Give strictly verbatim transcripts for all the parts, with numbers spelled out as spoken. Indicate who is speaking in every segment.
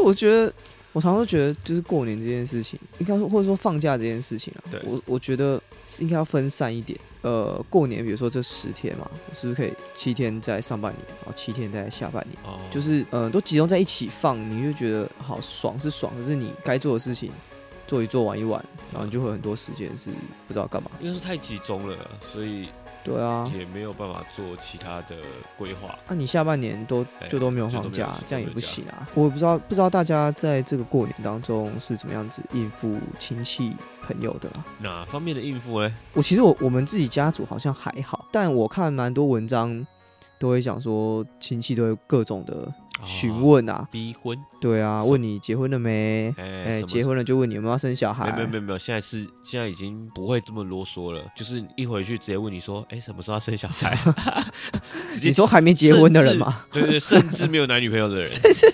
Speaker 1: 我觉得，我常常觉得，就是过年这件事情，应该或者说放假这件事情啊，我我觉得应该要分散一点。呃，过年比如说这十天嘛，我是不是可以七天在上半年，然后七天在下半年，哦、就是呃都集中在一起放，你就觉得好爽是爽，可是你该做的事情做一做玩一玩，然后你就会有很多时间是不知道干嘛。
Speaker 2: 因为是太集中了，所以
Speaker 1: 对啊，
Speaker 2: 也没有办法做其他的规划。
Speaker 1: 那、啊、你下半年都就都没有放假，这样也不行啊。我不知道不知道大家在这个过年当中是怎么样子应付亲戚朋友的啦？
Speaker 2: 哪方面的应付呢？
Speaker 1: 我其实我我们自己家族好像还好，但我看蛮多文章都会讲说亲戚都会各种的询问啊，
Speaker 2: 逼婚，
Speaker 1: 对啊，问你结婚了没？哎、欸欸，结婚了就问你有没有要生小孩？
Speaker 2: 没有没有没有，现在是现在已经不会这么啰嗦了，就是一回去直接问你说，哎、欸，什么时候要生小孩？直接
Speaker 1: 你说还没结婚的人吗？
Speaker 2: 对 对, 对，甚至没有男女朋友的人。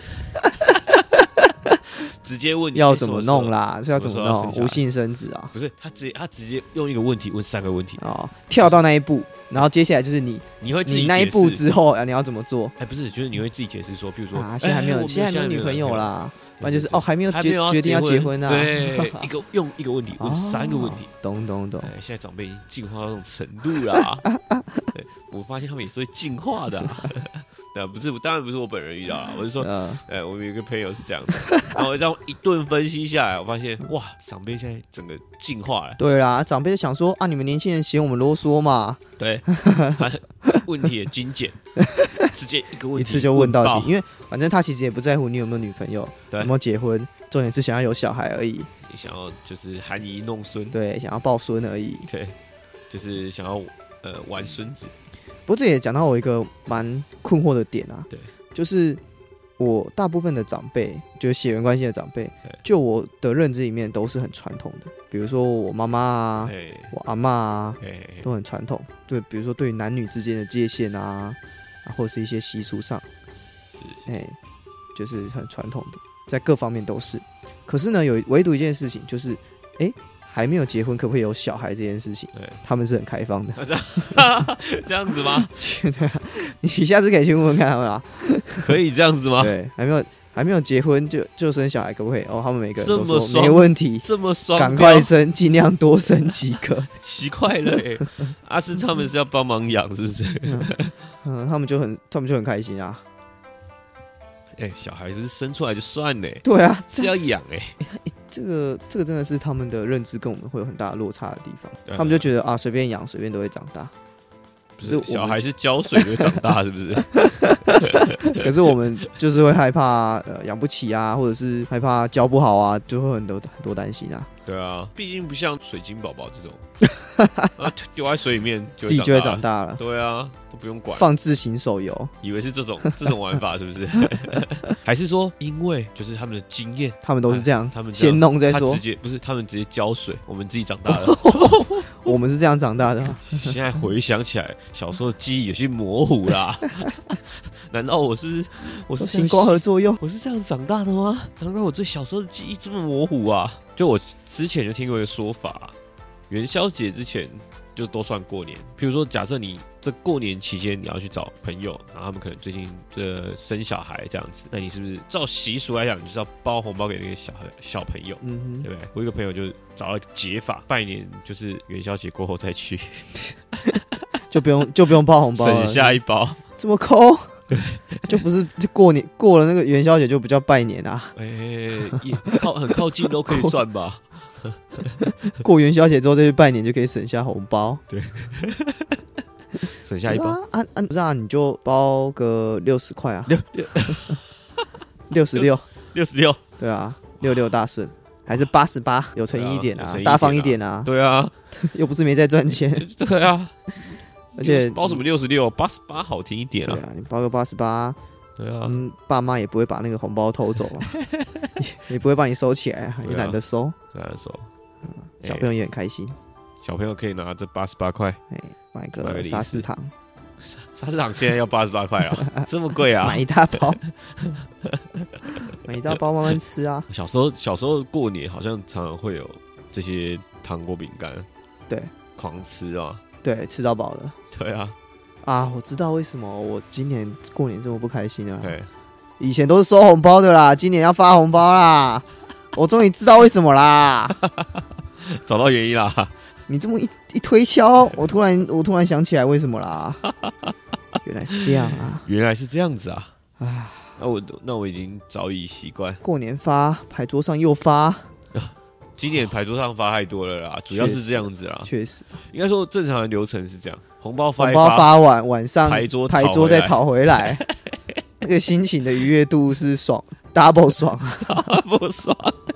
Speaker 2: 直接问你
Speaker 1: 要怎么弄啦？是要怎么弄？无性生子啊？
Speaker 2: 不是，他直接他直接用一个问题问三个问题
Speaker 1: 哦，跳到那一步，然后接下来就是你，
Speaker 2: 你会自己
Speaker 1: 你那一步之后啊，你要怎么做？
Speaker 2: 哎，不是，就是你会自己解释说，比如说
Speaker 1: 啊，现在还没有，欸、现在还没有女朋友啦，不然就是哦，还没有决决定
Speaker 2: 要
Speaker 1: 结婚啊。
Speaker 2: 对，一个用一个问题问三个问题，
Speaker 1: 懂懂懂。
Speaker 2: 哎，现在长辈已经进化到这种程度啦。对，我发现他们也是会进化的、啊。对，不是，当然不是我本人遇到了，我是说，呃，哎，我们有一个朋友是这样的，然后这样一顿分析下来，我发现哇，长辈现在整个进化了。
Speaker 1: 对啦，长辈就想说啊，你们年轻人嫌我们啰嗦嘛。
Speaker 2: 对，问题也精简，直接一个问题
Speaker 1: 一次就问到底，因为反正他其实也不在乎你有没有女朋友，
Speaker 2: 有
Speaker 1: 没有结婚，重点是想要有小孩而已。
Speaker 2: 你想要就是含饴弄孙，
Speaker 1: 对，想要抱孙而已。
Speaker 2: 对，就是想要呃玩孙子。
Speaker 1: 不过这也讲到我一个蛮困惑的点啊，
Speaker 2: 对，就是
Speaker 1: 我大部分的长辈，就是血缘关系的长辈，就我的认知里面都是很传统的，比如说我妈妈啊，我阿嬷啊，都很传统。对，比如说对于男女之间的界限啊，或者是一些习俗上，
Speaker 2: 是，
Speaker 1: 哎，就是很传统的，在各方面都是。可是呢，有唯独一件事情，就是哎。还没有结婚可不可以有小孩这件事情，他们是很开放的。
Speaker 2: 啊、这, 样这样子吗？
Speaker 1: 对啊，你下次可以去问问看他们啊。
Speaker 2: 可以这样子吗？
Speaker 1: 对，还没有还没有结婚就就生小孩可不可以？哦，他们每个人都说没问题，
Speaker 2: 这么爽，
Speaker 1: 赶快生，尽量多生几个。
Speaker 2: 奇怪了哎，阿是他们是要帮忙养是不是？
Speaker 1: 嗯, 嗯，他们就很他们就很开心啊。
Speaker 2: 哎、欸，小孩就是生出来就算了，
Speaker 1: 对啊，
Speaker 2: 是要养哎、
Speaker 1: 欸。这个这个真的是他们的认知跟我们会有很大的落差的地方，他们就觉得啊，随便养随便都会长大。
Speaker 2: 不是小孩是浇水就长大是不是？
Speaker 1: 可是我们就是会害怕呃养不起啊，或者是害怕教不好啊，就会很多很多担心啊。
Speaker 2: 对啊，毕竟不像水晶宝宝这种，丢在水里面就
Speaker 1: 自己就会长大了。
Speaker 2: 对啊，都不用管。
Speaker 1: 放置型手游，
Speaker 2: 以为是这种这种玩法是不是？还是说因为就是他们的经验，
Speaker 1: 他们都是这样，
Speaker 2: 他们
Speaker 1: 先弄再说。
Speaker 2: 直接不是他们直接浇水，我们自己长大了。
Speaker 1: 我们是这样长大的。
Speaker 2: 现在回想起来，小时候的记忆有些模糊啦。难道我是我是
Speaker 1: 星光合作用？
Speaker 2: 我是这样长大的吗？难道我对小时候的记忆这么模糊啊？就我之前就听过一个说法，元宵节之前就都算过年。比如说，假设你这过年期间你要去找朋友，然后他们可能最近这生小孩这样子，那你是不是照习俗来讲，你就是要包红包给那个小小朋友，嗯哼，对不对？我一个朋友就找了一个解法，拜年就是元宵节过后再去，就
Speaker 1: 不用就不用包红包了，
Speaker 2: 省下一包，
Speaker 1: 这么抠。对，就不是就过年过了那个元宵节就不叫拜年啊，
Speaker 2: 哎、欸，也靠很靠近都可以算吧。
Speaker 1: 过元宵节之后再去拜年就可以省下红包，
Speaker 2: 对，省下一包。
Speaker 1: 啊啊，不是啊，你就包个六十块啊，六六十六，六十六，对啊，六六大顺，还是八十八，有诚意一点啊，大方一点啊，
Speaker 2: 对啊，
Speaker 1: 又不是没在赚钱，
Speaker 2: 对啊。
Speaker 1: 而且
Speaker 2: 包什么六十六、八十八好听一点啊！
Speaker 1: 对啊，你包个八十八，
Speaker 2: 对啊，
Speaker 1: 嗯，爸妈也不会把那个红包偷走啊，也, 也不会帮你收起来，也懒得收，
Speaker 2: 懒得收。
Speaker 1: 嗯，小朋友也很开心，
Speaker 2: 小朋友可以拿这八十八块，
Speaker 1: 哎，买个沙士糖，
Speaker 2: 沙士糖现在要八十八块啊，这么贵啊！
Speaker 1: 买一大包，买一大包慢慢吃啊。
Speaker 2: 小时候，小时候过年好像常常会有这些糖果饼干，
Speaker 1: 对，
Speaker 2: 狂吃啊。
Speaker 1: 对，吃到饱了。
Speaker 2: 对啊，
Speaker 1: 啊，我知道为什么我今年过年这么不开心了。
Speaker 2: 对，
Speaker 1: 以前都是收红包的啦，今年要发红包啦。我终于知道为什么啦，
Speaker 2: 找到原因啦。
Speaker 1: 你这么一一推敲，我突然我突然想起来为什么啦。原来是这样啊！
Speaker 2: 原来是这样子啊！
Speaker 1: 啊，
Speaker 2: 那我那我已经早已习惯。
Speaker 1: 过年发，牌桌上又发。
Speaker 2: 今年牌桌上发太多了啦，主要是这样子啦。
Speaker 1: 确实，
Speaker 2: 应该说正常的流程是这样：红包发一
Speaker 1: 发，红包发完，晚上
Speaker 2: 牌桌
Speaker 1: 牌桌再讨回来，那个心情的愉悦度是爽 ，double 爽
Speaker 2: ，double 爽。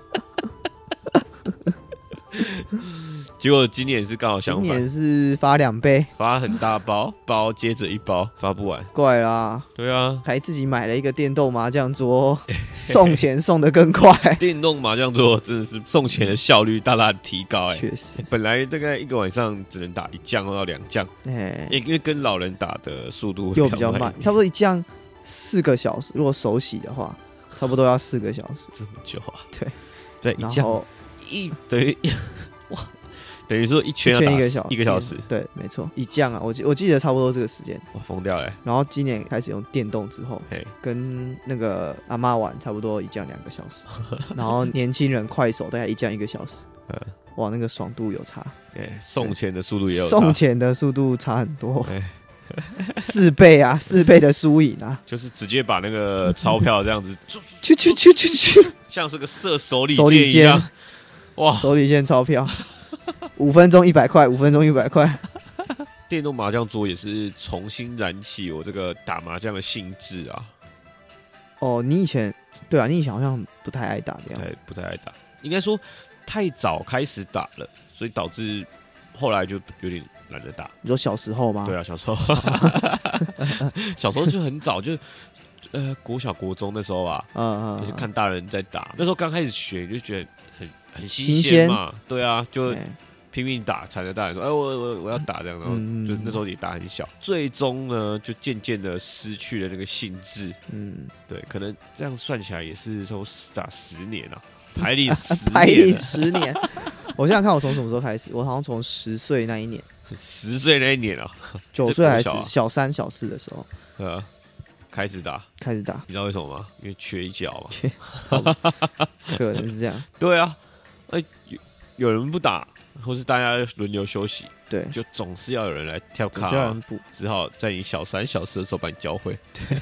Speaker 2: 结果今年是刚好相反，
Speaker 1: 今年是发两倍，
Speaker 2: 发很大包，包接着一包，发不完，
Speaker 1: 怪啦。
Speaker 2: 对啊，
Speaker 1: 还自己买了一个电动麻将桌，送钱送得更快。
Speaker 2: 电动麻将桌真的是送钱的效率大大提高哎、欸，
Speaker 1: 确实，
Speaker 2: 本来大概一个晚上只能打一将到两将，哎、欸，因为跟老人打的速度
Speaker 1: 又比较慢，差不多一将四个小时，如果手洗的话，差不多要四个小时，
Speaker 2: 这么久啊？
Speaker 1: 对，
Speaker 2: 对，一将一等于哇。等于说一圈要打
Speaker 1: 一个小
Speaker 2: 一个小时，
Speaker 1: 对，没错，一将啊，我记我记得差不多这个时间，
Speaker 2: 哇，疯掉了、欸。然
Speaker 1: 后今年开始用电动之后，跟那个阿嬷玩差不多一将两个小时，然后年轻人快手大概一将一个小时，哇，那个爽度有差，
Speaker 2: 欸、送钱的速度也有差，
Speaker 1: 送钱的速度差很多，四倍啊，四倍的输赢啊，
Speaker 2: 就是直接把那个钞票这样子，
Speaker 1: 去去去去去，
Speaker 2: 像是个射手里箭一样，哇，
Speaker 1: 手里箭钞票。五分钟一百块，五分钟一百块。
Speaker 2: 电动麻将桌也是重新燃起我这个打麻将的兴致啊！
Speaker 1: 哦，你以前对啊，你以前好像不太爱打的样子，
Speaker 2: 不太爱打，应该说太早开始打了，所以导致后来就有点懒得打。
Speaker 1: 你说小时候吗？
Speaker 2: 对啊，小时候，小时候就很早就。呃，国小国中那时候啊，嗯嗯，就看大人在打，那时候刚开始学就觉得很很新鲜嘛，对啊，就拼命打，缠着大人说，哎，我我我要打这样，然后就那时候也打很小，最终呢就渐渐的失去了那个兴致，嗯，对，可能这样算起来也是从打十年啊，排历十年，
Speaker 1: 排历十年，我想想看，我从什么时候开始？我好像从十岁那一年，
Speaker 2: 十岁那一年啊，
Speaker 1: 九岁还是小三小四的时候，
Speaker 2: 呃。开始打，
Speaker 1: 开始打，
Speaker 2: 你知道为什么吗？因为缺一脚嘛，
Speaker 1: 缺，可能是这样。
Speaker 2: 对啊，呃，有有人不打，或是大家轮流休息，
Speaker 1: 对，
Speaker 2: 就总是要有人来跳卡、啊，
Speaker 1: 有人补，
Speaker 2: 只好在你小三小四的时候把你教会。
Speaker 1: 对，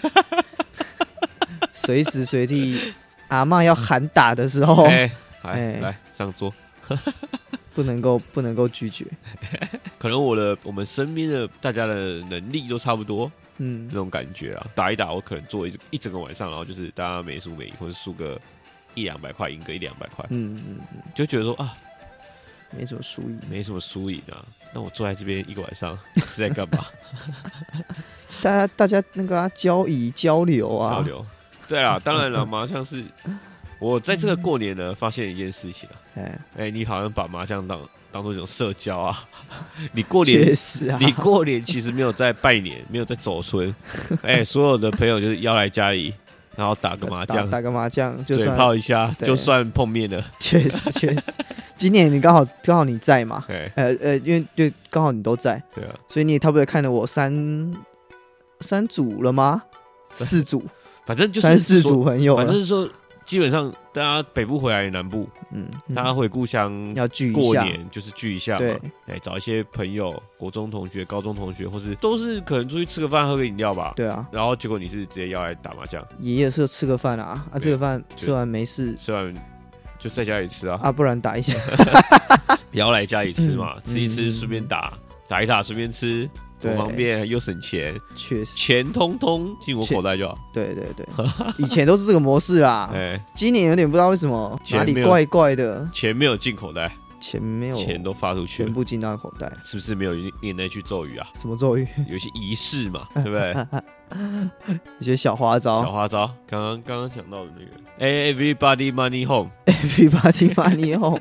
Speaker 1: 随时随地阿嬷要喊打的时候，
Speaker 2: 哎、欸欸，来上桌，
Speaker 1: 不能够不能够拒绝。
Speaker 2: 可能我的我们身边的大家的能力都差不多。嗯，那种感觉啊，打一打，我可能做一一整个晚上，然后就是大家没输没赢，或者输个一两百块，赢个一两百块，嗯嗯嗯，就觉得说啊，
Speaker 1: 没什么输赢，
Speaker 2: 没什么输赢啊。那我坐在这边一个晚上是在干嘛？
Speaker 1: 大家大家那个、啊、交易交流啊，
Speaker 2: 交流。对啊，当然了，麻将是我在这个过年呢发现一件事情啊，哎、欸欸，你好像把麻将当。当做一种社交啊，你过年
Speaker 1: 确实啊，
Speaker 2: 你过年其实没有在拜年，没有在走春，哎、欸，所有的朋友就是邀来家里，然后打个麻将，
Speaker 1: 打个麻将，就
Speaker 2: 嘴炮一下，就算碰面了。
Speaker 1: 确实确实，今年你刚好刚好你在嘛，呃呃，因为就刚好你都在，
Speaker 2: 对啊，
Speaker 1: 所以你也差不多看了我三三组了吗？四组，
Speaker 2: 反正就是
Speaker 1: 三四组朋友，
Speaker 2: 反正是说。基本上，大家北部回来南部，嗯，嗯大家回故乡
Speaker 1: 要聚一
Speaker 2: 下，过年就是聚一下嘛，
Speaker 1: 对，
Speaker 2: 哎，找一些朋友，国中同学、高中同学，或是都是可能出去吃个饭、喝个饮料吧，
Speaker 1: 对啊。
Speaker 2: 然后结果你是直接要来打麻将，
Speaker 1: 爷爷是吃个饭啊，啊，这个饭吃完没事，
Speaker 2: 吃完就在家里吃啊，
Speaker 1: 啊，不然打一下，
Speaker 2: 不要来家里吃嘛，嗯、吃一吃顺便打，打一打顺便吃。多方便又省钱，
Speaker 1: 确实，
Speaker 2: 钱通通进我口袋就好。
Speaker 1: 对对对，以前都是这个模式啦。哎，今年有点不知道为什么哪里怪怪的，
Speaker 2: 钱没有进口袋，
Speaker 1: 钱没有，
Speaker 2: 钱都发出去，
Speaker 1: 全部进到口袋，
Speaker 2: 是不是没有念那句咒语啊？
Speaker 1: 什么咒语？
Speaker 2: 有一些仪式嘛，对不对？
Speaker 1: 一些小花招，
Speaker 2: 小花招。刚刚刚刚讲到的那个，哎 ，Everybody money
Speaker 1: home，Everybody money home。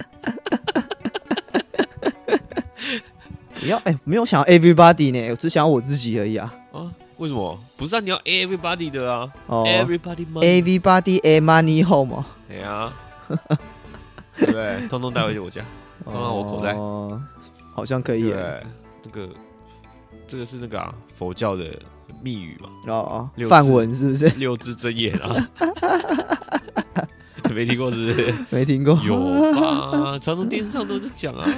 Speaker 1: 不要哎、欸，没有想要 everybody 呢，我只想要我自己而已啊！
Speaker 2: 啊，为什么？不是啊，你要 everybody 的啊！哦 ，everybody
Speaker 1: money，everybody a money home 哦。
Speaker 2: 对啊，对不对？通通带回去我家，放到我口袋。
Speaker 1: 哦，好像可以耶。
Speaker 2: 那个，这个是那个啊，佛教的密语嘛。
Speaker 1: 哦哦，范文是不是？
Speaker 2: 六字真言啊。没听过是不是？
Speaker 1: 没听过。
Speaker 2: 有吧？常常电视上都在讲啊。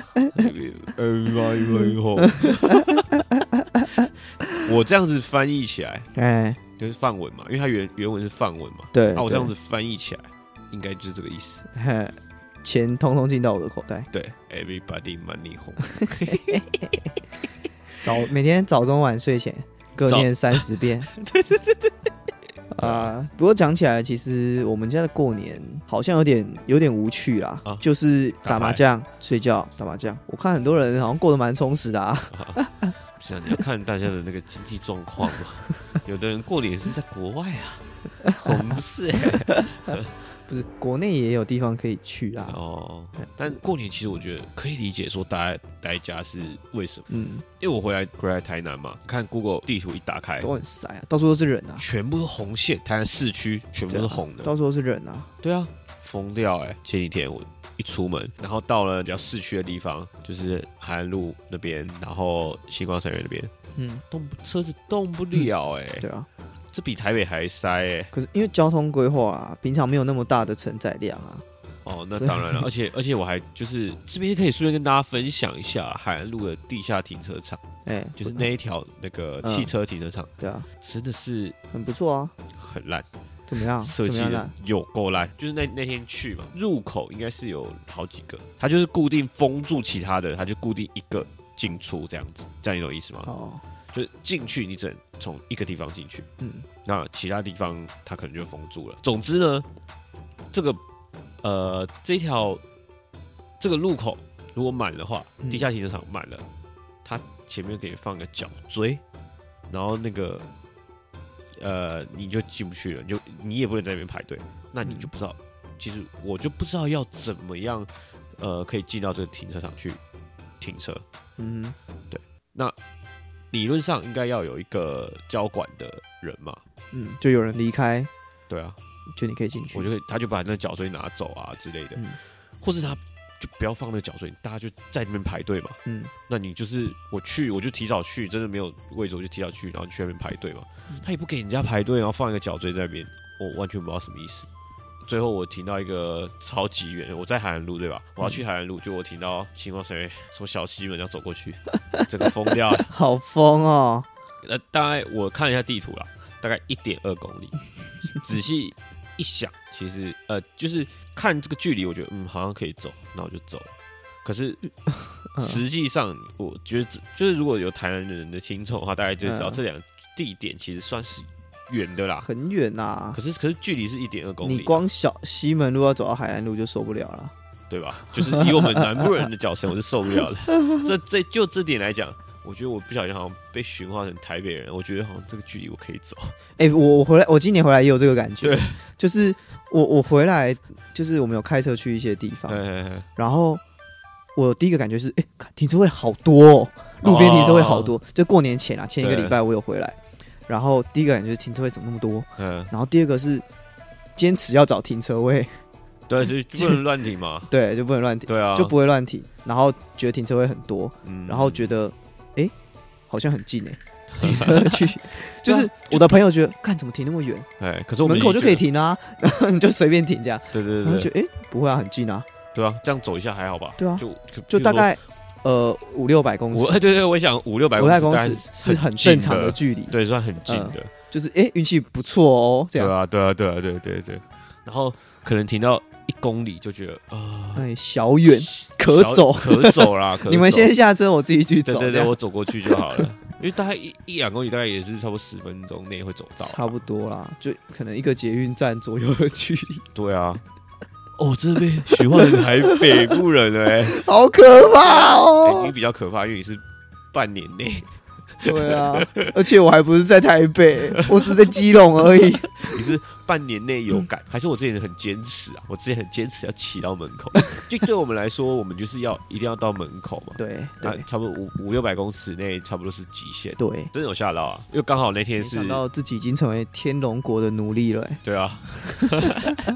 Speaker 2: 我这样子翻译起来，哎，就是范文嘛，因为它原原文是范文嘛。
Speaker 1: 对。
Speaker 2: 啊，我这样子翻译起来，应该就是这个意思。
Speaker 1: 钱通通进到我的口袋。
Speaker 2: 对 ，Everybody money home。
Speaker 1: 早每天早中晚睡前各念三十遍。
Speaker 2: 对对对对。
Speaker 1: 啊、呃，不过讲起来，其实我们家的过年好像有点有点无趣啦，啊、就是打麻将、睡觉、打麻将。我看很多人好像过得蛮充实的啊。
Speaker 2: 啊是啊，你要看大家的那个经济状况嘛。有的人过年是在国外啊，我们不是、欸。
Speaker 1: 不是，国内也有地方可以去啊。
Speaker 2: 哦，但过年其实我觉得可以理解，说大家待家是为什么？嗯，因为我回来回来台南嘛，看 Google 地图一打开，
Speaker 1: 都很塞啊，到处都是人啊，
Speaker 2: 全部都红线，台南市区全部都是红的，
Speaker 1: 到处都是人啊。
Speaker 2: 对啊，疯掉哎、欸！前几天我一出门，然后到了比较市区的地方，就是海岸路那边，然后星光三月那边，嗯，动车子动不了哎、欸嗯。
Speaker 1: 对啊。
Speaker 2: 这比台北还塞哎、欸！
Speaker 1: 可是因为交通规划啊，平常没有那么大的承载量啊。
Speaker 2: 哦，那当然了，而且而且我还就是这边可以顺便跟大家分享一下海岸路的地下停车场，哎、欸，就是那一条那个汽车停车场、嗯，
Speaker 1: 对啊，
Speaker 2: 真的是
Speaker 1: 很不错啊，
Speaker 2: 很烂，
Speaker 1: 怎么样？
Speaker 2: 设计的有够烂，就是那那天去嘛，入口应该是有好几个，它就是固定封住其他的，它就固定一个进出这样子，这样你懂意思吗？哦。就是进去，你只能从一个地方进去，嗯，那其他地方它可能就封住了。总之呢，这个呃这条这个路口如果满的话，地下停车场满了，它前面可以放个角锥，然后那个呃你就进不去了，你就你也不能在那边排队，那你就不知道，其实我就不知道要怎么样呃可以进到这个停车场去停车，嗯，对，那。理论上应该要有一个交管的人嘛，
Speaker 1: 嗯，就有人离开，
Speaker 2: 对啊，
Speaker 1: 就你可以进去，
Speaker 2: 我就可以，他就把那角锥拿走啊之类的，嗯，或是他就不要放那个角锥，大家就在那边排队嘛，嗯，那你就是我去，我就提早去，真的没有位置我就提早去，然后去那边排队嘛，嗯，他也不给人家排队，然后放一个角锥在那边，我完全不知道什么意思。最后我停到一个超级远，我在海岸路对吧？我要去海岸路，就我停到星光三月什么小西门要走过去，整个疯掉了，
Speaker 1: 好疯哦！
Speaker 2: 呃，大概我看了一下地图啦，大概一点二公里。仔细一想，其实呃，就是看这个距离，我觉得嗯，好像可以走，那我就走了。可是实际上，我觉得就是如果有台南人的听众的话，大概就知道这两个地点其实算是。远的啦，
Speaker 1: 很远呐、啊。
Speaker 2: 可是可是距离是一点二公里，
Speaker 1: 你光小西门路要走到海岸路就受不了了，
Speaker 2: 对吧？就是以我们南部人的脚程，我是受不了了。这这就这点来讲，我觉得我不小心好像被驯化成台北人，我觉得好像这个距离我可以走。
Speaker 1: 哎、欸，我我回来，我今年回来也有这个感觉，对，就是我我回来，就是我们有开车去一些地方，嘿嘿嘿然后我第一个感觉是，哎、欸，停车位好多、哦，路边停车位好多，哦、就过年前啊，前一个礼拜我有回来。然后第一个感觉就是停车位怎么那么多，嗯，然后第二个是坚持要找停车位，
Speaker 2: 对，就就不能乱停嘛，
Speaker 1: 对，就不能乱停，
Speaker 2: 对啊，
Speaker 1: 就不会乱停。然后觉得停车位很多，嗯，然后觉得哎，好像很近哎，停车去，就是我的朋友觉得，看怎么停那么远，
Speaker 2: 哎，可是我们
Speaker 1: 门口就可以停啊，然后你就随便停这样，
Speaker 2: 对对对，
Speaker 1: 然后觉得哎，不会啊，很近啊，
Speaker 2: 对啊，这样走一下还好吧，
Speaker 1: 对啊，
Speaker 2: 就
Speaker 1: 就大概。呃，五六百公尺，
Speaker 2: 对对，我想五六百公
Speaker 1: 尺是很正常的距离，
Speaker 2: 对，算很近的，
Speaker 1: 呃、就是哎，运气不错哦，这样，
Speaker 2: 对啊，对啊，对啊，对对对，然后可能停到一公里就觉得啊，
Speaker 1: 哎、呃，小远，可走，
Speaker 2: 可走啦，可走
Speaker 1: 你们先下车，我自己去走，
Speaker 2: 对对对，我走过去就好了，因为大概一一两公里，大概也是差不多十分钟内会走到，
Speaker 1: 差不多啦，就可能一个捷运站左右的距离，
Speaker 2: 对啊。哦，真的被驯化成台北部人了哎、欸，
Speaker 1: 好可怕哦！
Speaker 2: 欸、你比较可怕，因为你是半年内。
Speaker 1: 对啊，而且我还不是在台北，我只是在基隆而已。
Speaker 2: 你是半年内有感，还是我之前很坚持啊？我之前很坚持要骑到门口，就对我们来说，我们就是要一定要到门口嘛。
Speaker 1: 对，
Speaker 2: 那差不多五五六百公尺内，差不多是极限。
Speaker 1: 对，
Speaker 2: 真的有吓到啊！因为刚好那天是
Speaker 1: 没想到自己已经成为天龙国的奴隶了、欸。
Speaker 2: 对啊。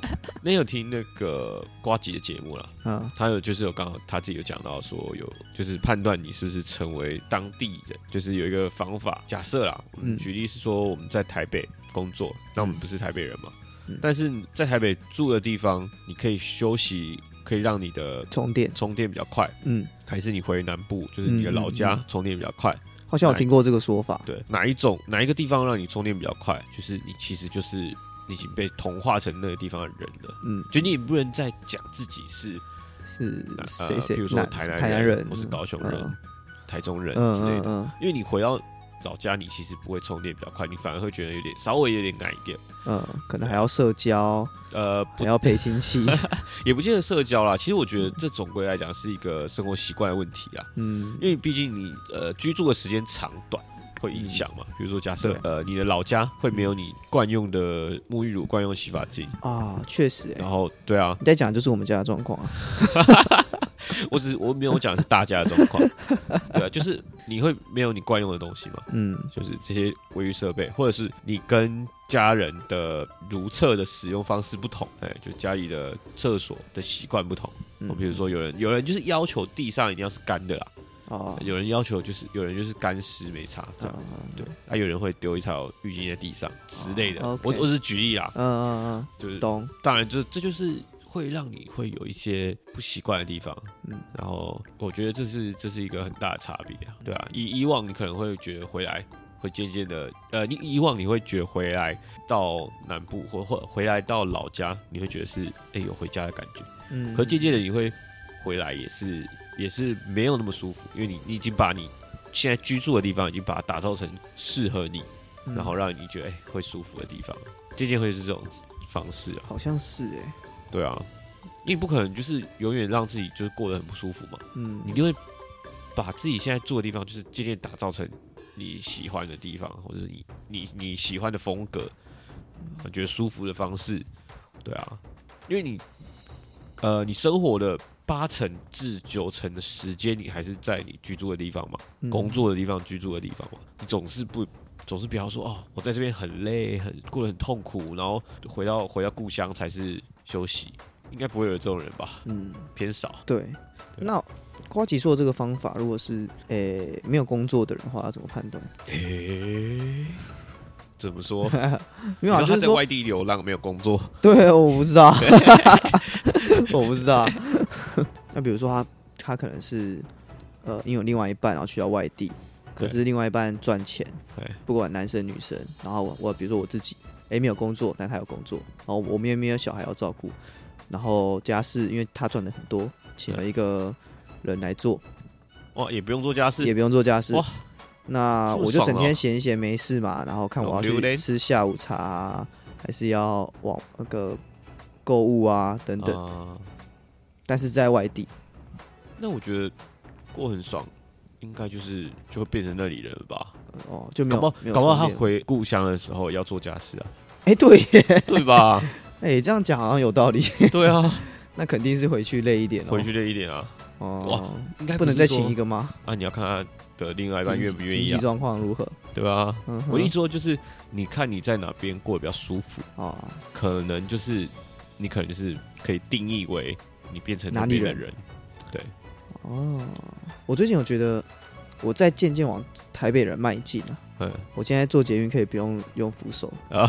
Speaker 2: 那有听那个呱吉的节目啦，
Speaker 1: 嗯，
Speaker 2: 他有就是有刚好他自己有讲到说有就是判断你是不是成为当地人，就是有一个方法。假设啦，嗯，举例是说我们在台北工作，那我们不是台北人嘛，嗯，但是在台北住的地方，你可以休息，可以让你的
Speaker 1: 充电
Speaker 2: 充电比较快，嗯，还是你回南部，就是你的老家充电比较快？
Speaker 1: 好像有听过这个说法。
Speaker 2: 对，哪一种哪一个地方让你充电比较快？就是你其实就是你已经被同化成那个地方的人了。嗯，就你也不能再讲自己是
Speaker 1: 是谁谁，
Speaker 2: 比如说台南人，
Speaker 1: 台南人
Speaker 2: 或是高雄人、嗯、台中人
Speaker 1: 嗯
Speaker 2: 之类的、
Speaker 1: 嗯嗯。
Speaker 2: 因为你回到老家，你其实不会充电比较快，你反而会觉得有点稍微有点赶一点。
Speaker 1: 嗯，可能还要社交，呃，还要陪亲戚，
Speaker 2: 也不见得社交啦。其实我觉得这总归来讲是一个生活习惯的问题啊。嗯，因为毕竟你呃居住的时间长短会影响嘛。比如说假设呃你的老家会没有你惯用的沐浴乳、惯用洗发精
Speaker 1: 啊，确实、欸。
Speaker 2: 然后对啊，
Speaker 1: 你在讲就是我们家的状况啊。
Speaker 2: 我只我没有讲是大家的状况，对啊，就是你会没有你惯用的东西嘛，嗯，就是这些卫浴设备，或者是你跟家人的如厕的使用方式不同，哎，就家里的厕所的习惯不同。我、嗯、比如说有人有人就是要求地上一定要是干的啦，哦，有人要求就是有人就是干湿没擦，这样、嗯、对，啊，有人会丢一条浴巾在地上之类的，哦 okay、我我只是举例啦，嗯嗯嗯，就是懂，当然这这就是。会让你会有一些不习惯的地方，嗯，然后我觉得这是这是一个很大的差别啊，对啊，以以往你可能会觉得回来会渐渐的，呃，你以往你会觉得回来到南部或或回来到老家，你会觉得是哎、欸、有回家的感觉，嗯，可渐渐的你会回来也是也是没有那么舒服，因为你你已经把你现在居住的地方已经把它打造成适合你，嗯、然后让你觉得哎、欸、会舒服的地方，渐渐会是这种方式啊，
Speaker 1: 好像是哎、欸。
Speaker 2: 对啊，你不可能就是永远让自己就是过得很不舒服嘛。嗯，你就会把自己现在住的地方，就是渐渐打造成你喜欢的地方，或者是你你你喜欢的风格，我觉得舒服的方式。对啊，因为你呃，你生活的八成至九成的时间，你还是在你居住的地方嘛，嗯、工作的地方、居住的地方嘛，你总是不。总是不要说哦，我在这边很累，很过得很痛苦，然后回到回到故乡才是休息，应该不会有这种人吧？嗯，偏少。
Speaker 1: 对，对那呱吉说的这个方法，如果是诶、欸、没有工作的人的话，要怎么判断？诶、
Speaker 2: 欸，怎么说？
Speaker 1: 没有啊，
Speaker 2: 就是他在外地流浪，没有工作。
Speaker 1: 对，我不知道，我不知道。那比如说他他可能是呃，因为有另外一半，然后去到外地。可是另外一半赚钱，不管男生女生，然后 我, 我比如说我自己，哎、欸、没有工作，但他有工作，然后我们也没有小孩要照顾，然后家事因为他赚的很多，请了一个人来做，
Speaker 2: 哇，也不用做家事，
Speaker 1: 也不用做家事，哇，那我就整天闲一闲没事嘛，然后看我要去吃下午茶、啊，还是要往那个购物啊等等、啊，但是在外地，
Speaker 2: 那我觉得过很爽。应该就是就会变成那里人了吧？
Speaker 1: 哦，就没有，
Speaker 2: 搞不好搞不好他回故乡的时候要做家事啊？
Speaker 1: 哎、欸，对耶，
Speaker 2: 对吧？
Speaker 1: 哎、欸，这样讲好像有道理。
Speaker 2: 对啊，
Speaker 1: 那肯定是回去累一点、哦，
Speaker 2: 回去累一点啊。哦，哇，应该
Speaker 1: 不, 不能再请一个吗？
Speaker 2: 啊，你要看他的另外一半愿不愿意啊，
Speaker 1: 经济状况如何？
Speaker 2: 对啊，嗯、我一说就是你看你在哪边过得比较舒服啊，可能就是你可能就是可以定义为你变成那边的人，对。
Speaker 1: 哦，我最近有觉得我在渐渐往台北人迈进啊。嗯，我现在坐捷运可以不用用扶手啊，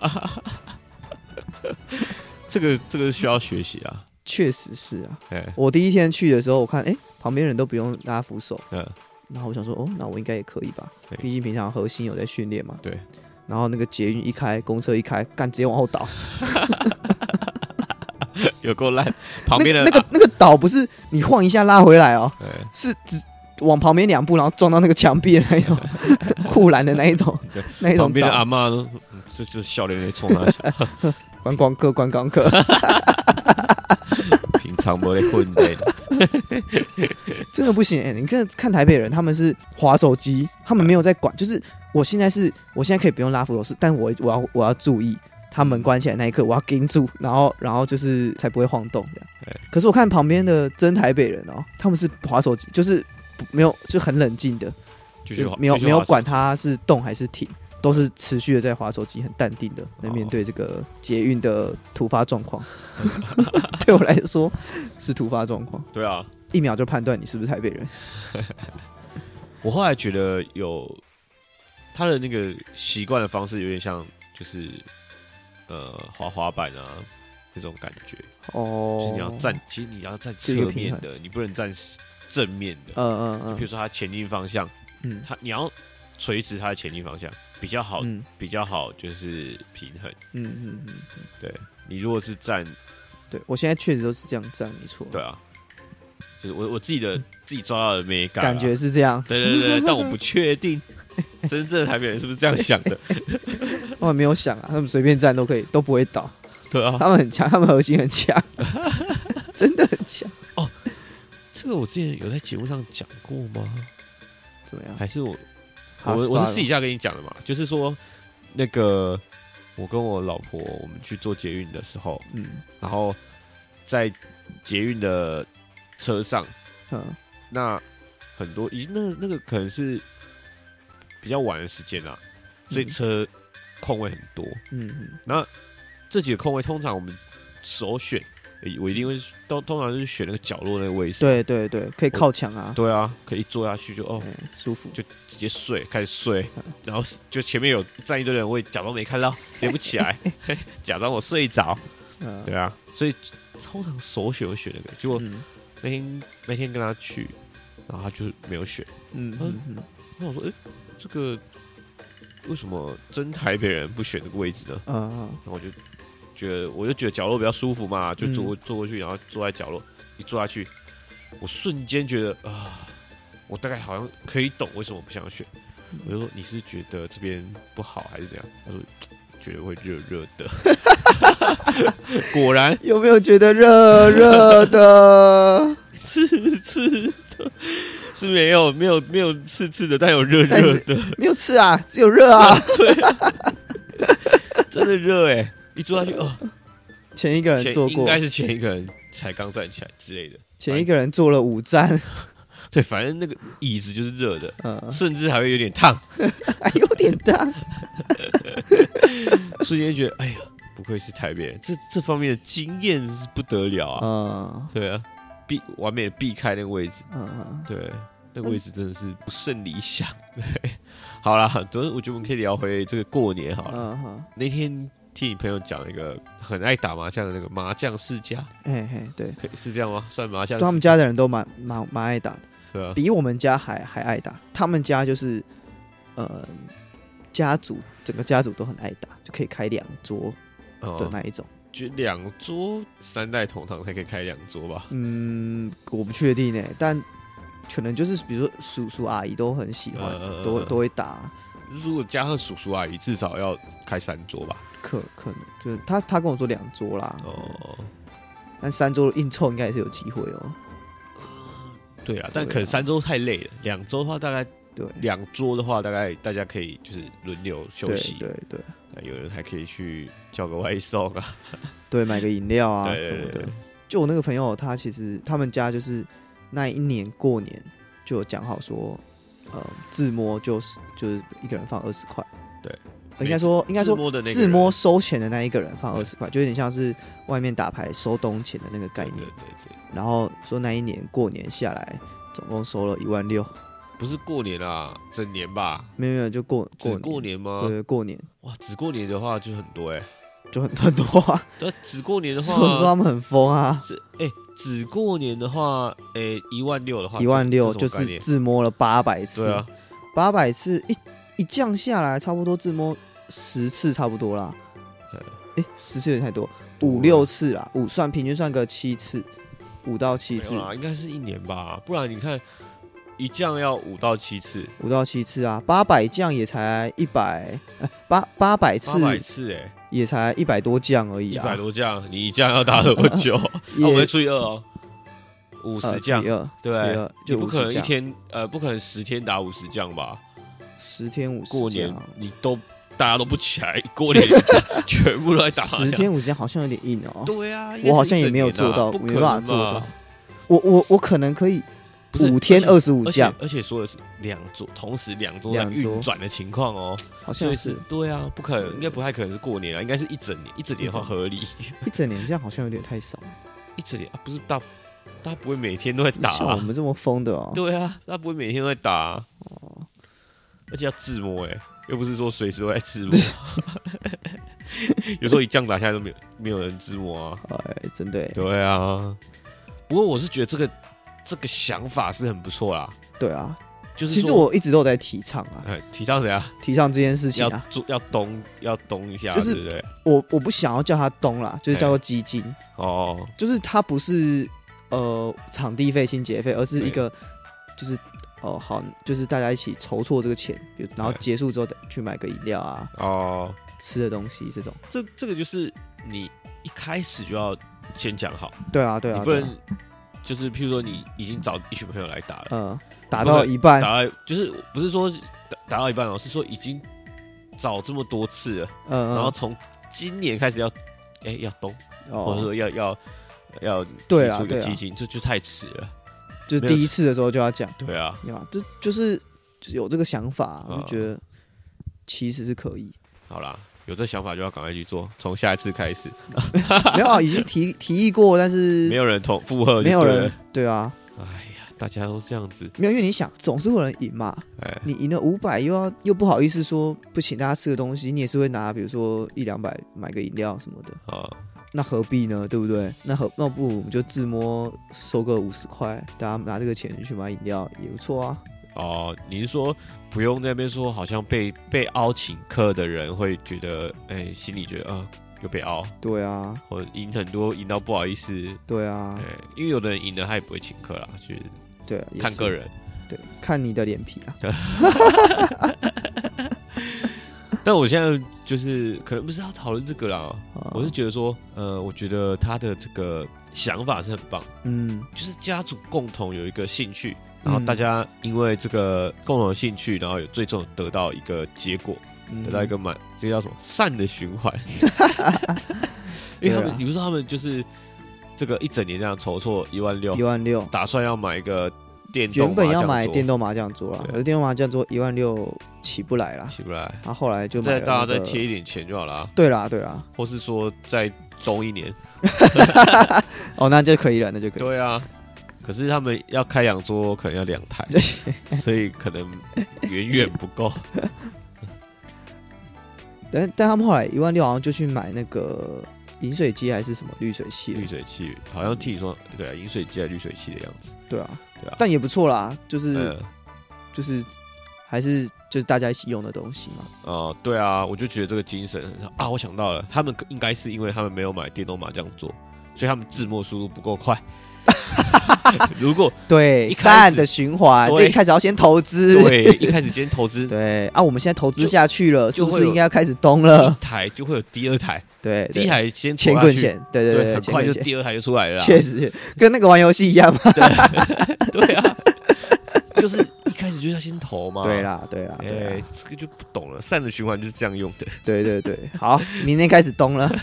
Speaker 2: 这个这个需要学习啊。
Speaker 1: 确实是啊。我第一天去的时候，我看哎、欸、旁边人都不用拉扶手，嗯，然后我想说哦，那我应该也可以吧，毕竟平常核心有在训练嘛。
Speaker 2: 对。
Speaker 1: 然后那个捷运一开，公车一开，干直接往后倒。
Speaker 2: 有够烂，旁边的
Speaker 1: 那个、那个、那个倒不是你晃一下拉回来哦，是只往旁边两步，然后撞到那个墙壁的那一种护栏的那一种，那一种。
Speaker 2: 旁边的阿嬷都就就笑脸脸冲他去，
Speaker 1: 观光客，观光客，
Speaker 2: 平常没在混的，
Speaker 1: 真的不行、欸。你看看台北人，他们是滑手机，他们没有在管，就是我现在是，我现在可以不用拉扶手，是，但我我要我要注意。他门关起来那一刻，我要盯住，然后，然后就是才不会晃动这样。可是我看旁边的真台北人哦，他们是滑手机，就是没有，就很冷静的，就没有没有管他是动还是停， 都是持续的在滑手机，很淡定的在面对这个捷运的突发状况。对我来说是突发状况。
Speaker 2: 对啊，
Speaker 1: 一秒就判断你是不是台北人。
Speaker 2: 我后来觉得有他的那个习惯的方式，有点像就是呃滑滑板啊那种感觉。哦，就是你要站，其实你要站侧面的，你不能站正面的。嗯嗯嗯。比如说它前进方向，嗯，它你要垂直它的前进方向比较好，嗯、比较好就是平衡。嗯嗯嗯。对，你如果是站，
Speaker 1: 对我现在确实都是这样站，没错。
Speaker 2: 对啊，就是我我自己的自己抓到的美感，
Speaker 1: 感觉是这样。
Speaker 2: 对对对，但我不确定真正的台北人是不是这样想的。
Speaker 1: 他们没有想啊，他们随便站都可以，都不会倒。
Speaker 2: 对啊，
Speaker 1: 他们很强，他们核心很强，真的很强。
Speaker 2: 哦，这个我之前有在节目上讲过吗？
Speaker 1: 怎么样？
Speaker 2: 还是我我我是私底下跟你讲的嘛？就是说，那个我跟我老婆我们去做捷运的时候，嗯，然后在捷运的车上，嗯，那很多已经那那个可能是比较晚的时间啦，所以车空位很多，嗯嗯，那。这几个空位，通常我们首选，我一定会都通常就是选那个角落那个位置。
Speaker 1: 对对对，可以靠墙啊。
Speaker 2: 对啊，可以坐下去就哦、嗯、
Speaker 1: 舒服，
Speaker 2: 就直接睡，开始睡，嗯、然后就前面有站一堆人，我也假装没看到，直接不起来，假装我睡着。嗯、对啊，所以通常首选会选那个，结果、嗯、那天那天跟他去，然后他就没有选。嗯嗯嗯，那我说，哎、欸，这个为什么真台北人不选这个位置呢？嗯嗯，然后我就。觉得我就觉得角落比较舒服嘛，就坐、嗯、坐过去，然后坐在角落，一坐下去，我瞬间觉得啊，我大概好像可以懂为什么我不想选。嗯、我就说你是觉得这边不好还是怎样？他说觉得会热热的。果然
Speaker 1: 有没有觉得热热的？
Speaker 2: 刺刺的，是没有没有没有刺刺的，但有热热的。
Speaker 1: 没有刺啊，只有热啊。
Speaker 2: 对，真的热哎、欸。一坐下去，哦，
Speaker 1: 前一个人坐过，
Speaker 2: 应该是前一个人才刚站起来之类的。
Speaker 1: 前一个人坐了五站，
Speaker 2: 对，反正那个椅子就是热的，嗯、甚至还会有点烫，
Speaker 1: 还有点烫。
Speaker 2: 瞬间觉得，哎呀，不愧是台北人，这这方面的经验是不得了啊！嗯、对啊，避完美的避开那个位置，嗯、对，那个位置真的是不甚理想。对，好啦，总之我觉得我们可以聊回这个过年好了。嗯、那天。听你朋友讲一个很爱打麻将的那个麻将世家，
Speaker 1: 嘿嘿，对，
Speaker 2: 是这样吗？算麻将？
Speaker 1: 他们家的人都蛮蛮蛮爱打的，
Speaker 2: 对啊，
Speaker 1: 比我们家还还爱打。他们家就是呃，家族整个家族都很爱打，就可以开两桌的那一种。
Speaker 2: 哦、就两桌三代同堂才可以开两桌吧？
Speaker 1: 嗯，我不确定诶，但可能就是比如说叔叔阿姨都很喜欢，呃、都都会打。
Speaker 2: 如果加上叔叔阿姨，至少要开三桌吧？
Speaker 1: 可可能就是他他跟我说两桌啦，哦，但三桌硬凑应该也是有机会哦。
Speaker 2: 对啊，但可能三桌太累了，两桌的话大概对两桌的话大概大家可以就是轮流休息，
Speaker 1: 对对
Speaker 2: 对，有人还可以去叫个外送啊，
Speaker 1: 对，买个饮料啊什么的。就我那个朋友，他其实他们家就是那一年过年就有讲好说，呃，自摸就是就是一个人放二十块，
Speaker 2: 对。
Speaker 1: 应该说，应该说，自摸收钱的那一个人放二十块，就有点像是外面打牌收东钱的那个概念。对对对。然后说那一年过年下来，总共收了一万六。
Speaker 2: 不是过年啊，整年吧？
Speaker 1: 没有没有，就过过
Speaker 2: 只过年吗？
Speaker 1: 对对，过年。
Speaker 2: 哇，只过年的话就很多哎、欸，
Speaker 1: 就很很多啊。
Speaker 2: 对，只过年的话，
Speaker 1: 我说他们很疯啊。
Speaker 2: 是哎，只过年的话，哎，一万六的话，
Speaker 1: 一万六就是自摸了八百次。
Speaker 2: 对啊，
Speaker 1: 八百次一。一降下来，差不多自摸十次差不多啦。哎、欸，十次有点太多，五六次啦，五算平均算个七次，五到七次
Speaker 2: 啦，应该是一年吧，不然你看一降要五到七次，
Speaker 1: 五到七次啊，八百降也才一百，八八百次，
Speaker 2: 八百次哎、欸，
Speaker 1: 也才一百多降而已啊，
Speaker 2: 一百多降，你一降要打多久？那、啊、我们除以二哦。五十降，对，就不可能一天，呃，不可能十天打五十降吧？
Speaker 1: 十天五十，
Speaker 2: 过年你都大家都不起来，过年全部都在打麻将。
Speaker 1: 十天五十好像有点硬哦。
Speaker 2: 对啊，
Speaker 1: 我好像也没有做到，
Speaker 2: 不
Speaker 1: 没办法做到。我我我可能可以五天二十五降，
Speaker 2: 而且说的是两桌，同时两桌在运转的情况哦，
Speaker 1: 好像是
Speaker 2: 对啊，不可能，应该不太可能是过年啊，应该是一整年，一整年的话合理，
Speaker 1: 一整年这样好像有点太少，
Speaker 2: 一整年啊，不是大，大家不会每天都在打、啊，
Speaker 1: 像我们这么疯的哦，
Speaker 2: 对啊，他不会每天都在打、啊，哦，而且要自摸哎、欸，又不是说随时都在自摸。有时候一降打下来都没有没有人自摸啊，
Speaker 1: 哎，真的，
Speaker 2: 对啊。不过我是觉得这个这个想法是很不错啦。
Speaker 1: 对啊，
Speaker 2: 就是
Speaker 1: 其实我一直都有在提倡啊，
Speaker 2: 哎，提倡谁啊？
Speaker 1: 提倡这件事情啊，
Speaker 2: 要做要东要东一下，
Speaker 1: 就是
Speaker 2: 对不对？
Speaker 1: 我我不想要叫它东啦，就是叫做基金
Speaker 2: 哦，
Speaker 1: 就是它不是呃场地费、清洁费，而是一个就是哦好，就是大家一起筹措这个钱，然后结束之后去买个饮料啊，哦。吃的东西这种，
Speaker 2: 这这个就是你一开始就要先讲好。
Speaker 1: 对啊，对啊，
Speaker 2: 你不能就是譬如说你已经找一群朋友来打了，
Speaker 1: 嗯，打到一半，
Speaker 2: 打到就是不是说打打到一半哦，是说已经找这么多次了，嗯，然后从今年开始要哎、欸、要动，哦、或者说要要要提出一个基金，这就太迟了。
Speaker 1: 就第一次的时候就要讲，
Speaker 2: 对啊，
Speaker 1: 这就是有这个想法，我就觉得其实是可以。
Speaker 2: 好啦，有这想法就要赶快去做，从下一次开始。
Speaker 1: 没有啊，已经提提议过，但是
Speaker 2: 没有人同附和，
Speaker 1: 没有人，对啊。
Speaker 2: 哎呀，大家都这样子，
Speaker 1: 没有，因为你想，总是会有人赢嘛。哎、你赢了五百，又要又不好意思说不请大家吃个东西，你也是会拿，比如说一两百买个饮料什么的。啊，那何必呢？对不对？那何那不如我们就自摸收个五十块，大家拿这个钱去买饮料也不错啊。
Speaker 2: 哦，你是说？不用在那边说，好像被被凹请客的人会觉得，哎、欸，心里觉得啊、呃，又被凹。
Speaker 1: 对啊，
Speaker 2: 或者赢很多，赢到不好意思。
Speaker 1: 对啊，
Speaker 2: 对，因为有的人赢了，他也不会请客啦，就是
Speaker 1: 对、啊，
Speaker 2: 看个人，
Speaker 1: 对，看你的脸皮啊。
Speaker 2: 但我现在就是可能不是要讨论这个啦，啊、我是觉得说，呃，我觉得他的这个想法是很棒，嗯，就是家族共同有一个兴趣。然后大家因为这个共同的兴趣，然后有最终得到一个结果，嗯、得到一个满，这叫什么善的循环？因为他们，比如说他们就是这个一整年这样筹措一万六，
Speaker 1: 一万六，
Speaker 2: 打算要买一个电动，
Speaker 1: 原本要买电动麻将桌啦，可是电动麻将桌一万六起不来啦，
Speaker 2: 起不来。
Speaker 1: 然后后来就买了、那个、
Speaker 2: 再大家再贴一点钱就好了。
Speaker 1: 对啦，对啦，
Speaker 2: 或是说再东一年，
Speaker 1: 哦，那就可以了，那就可以。
Speaker 2: 对啊。可是他们要开两桌，可能要两台，所以可能远远不够。
Speaker 1: 但但他们后来一万六好像就去买那个饮水机还是什么滤水器？
Speaker 2: 滤水器好像听你说，对啊，饮水机还是滤水器的样子。
Speaker 1: 对啊，对啊，但也不错啦，就是、
Speaker 2: 嗯、
Speaker 1: 就是还是就是大家一起用的东西嘛。
Speaker 2: 哦、呃，对啊，我就觉得这个精神很好啊！我想到了，他们应该是因为他们没有买电动麻将桌，所以他们自摸速度不够快。如果
Speaker 1: 对善的循环，这一开始要先投资，
Speaker 2: 对，一开始先投资，
Speaker 1: 对啊，我们现在投资下去了，是不是应该要开始动了？
Speaker 2: 一台就会有第二台，
Speaker 1: 对，
Speaker 2: 第一台先
Speaker 1: 钱滚钱，对对
Speaker 2: 对,
Speaker 1: 对，
Speaker 2: 很快就第二台就出来了，
Speaker 1: 确实跟那个玩游戏一样嘛，
Speaker 2: 对, 对啊，就是一开始就要先投嘛，
Speaker 1: 对啦，对啦，对
Speaker 2: 哎，这个就不懂了，善的循环就是这样用的，
Speaker 1: 对对对，好，明天开始动了，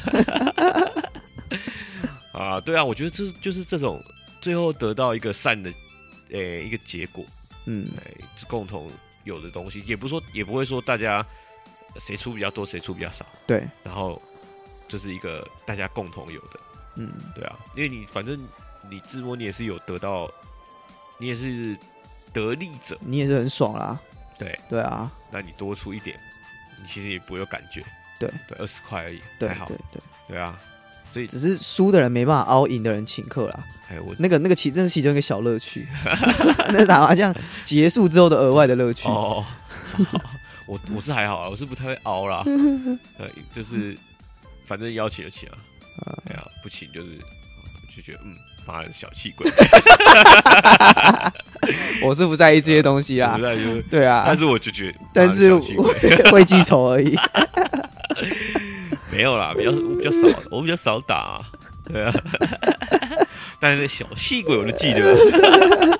Speaker 2: 啊，对啊，我觉得这就是这种。最后得到一个善的，诶、欸，一个结果，嗯，哎、欸，共同有的东西，也不说，也不会说大家谁出比较多，谁出比较少，
Speaker 1: 对，
Speaker 2: 然后就是一个大家共同有的，嗯，对啊，因为你反正你自摸你也是有得到，你也是得利者，
Speaker 1: 你也是很爽啦，
Speaker 2: 对，
Speaker 1: 对啊，
Speaker 2: 那你多出一点，你其实也不会有感觉，
Speaker 1: 对，
Speaker 2: 对，二十块而已，
Speaker 1: 对，
Speaker 2: 还好，
Speaker 1: 对对
Speaker 2: 对啊。所以
Speaker 1: 只是输的人没办法凹，赢的人请客啦。
Speaker 2: 哎，我
Speaker 1: 那个那个其真是其中一个小乐趣，那打麻将结束之后的额外的乐趣。
Speaker 2: 哦，我我是还好啊，我是不太会凹啦，呃，就是反正邀请就请啊，哎呀，不请就是就觉得嗯，妈的小气鬼。
Speaker 1: 我是不在意这些东西啦，
Speaker 2: 不在意，
Speaker 1: 对啊，
Speaker 2: 但是我就觉得，
Speaker 1: 但是会记仇而已。
Speaker 2: 没有啦，比较比较少，我比较少打、啊，对啊。但是小气鬼我就记得。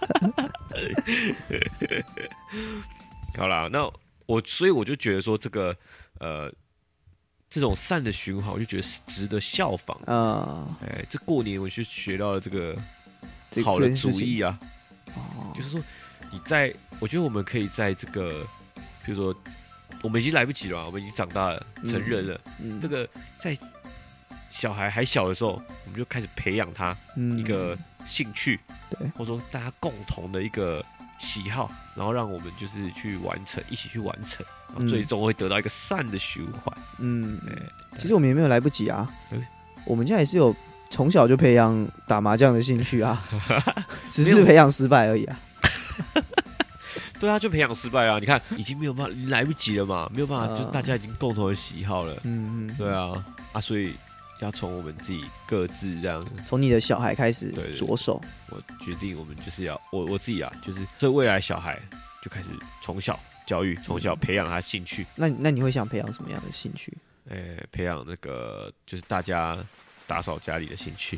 Speaker 2: 好啦，那我所以我就觉得说这个呃这种善的循环，我就觉得是值得效仿啊。哎、呃，这过年我去学到了这个好的主意啊。哦。 就是说你在，我觉得我们可以在这个，比如说我们已经来不及了嘛，我们已经长大了，成人了，嗯嗯、这个在小孩还小的时候，我们就开始培养他一个兴趣，
Speaker 1: 对，
Speaker 2: 或者说大家共同的一个喜好，然后让我们就是去完成，一起去完成，然后最终会得到一个善的循环。
Speaker 1: 嗯，其实我们也没有来不及啊，我们家也是有从小就培养打麻将的兴趣啊，只是培养失败而已啊。
Speaker 2: 对啊，就培养失败啊！你看，已经没有办法，来不及了嘛，没有办法，就大家已经共同的喜好了。嗯嗯，对啊，啊，所以要从我们自己各自这样，
Speaker 1: 从你的小孩开始着手。
Speaker 2: 我决定，我们就是要我我自己啊，就是这未来小孩就开始从小教育，从小培养他兴趣。
Speaker 1: 那那你会想培养什么样的兴趣？
Speaker 2: 诶、欸，培养那个就是大家打扫家里的兴趣，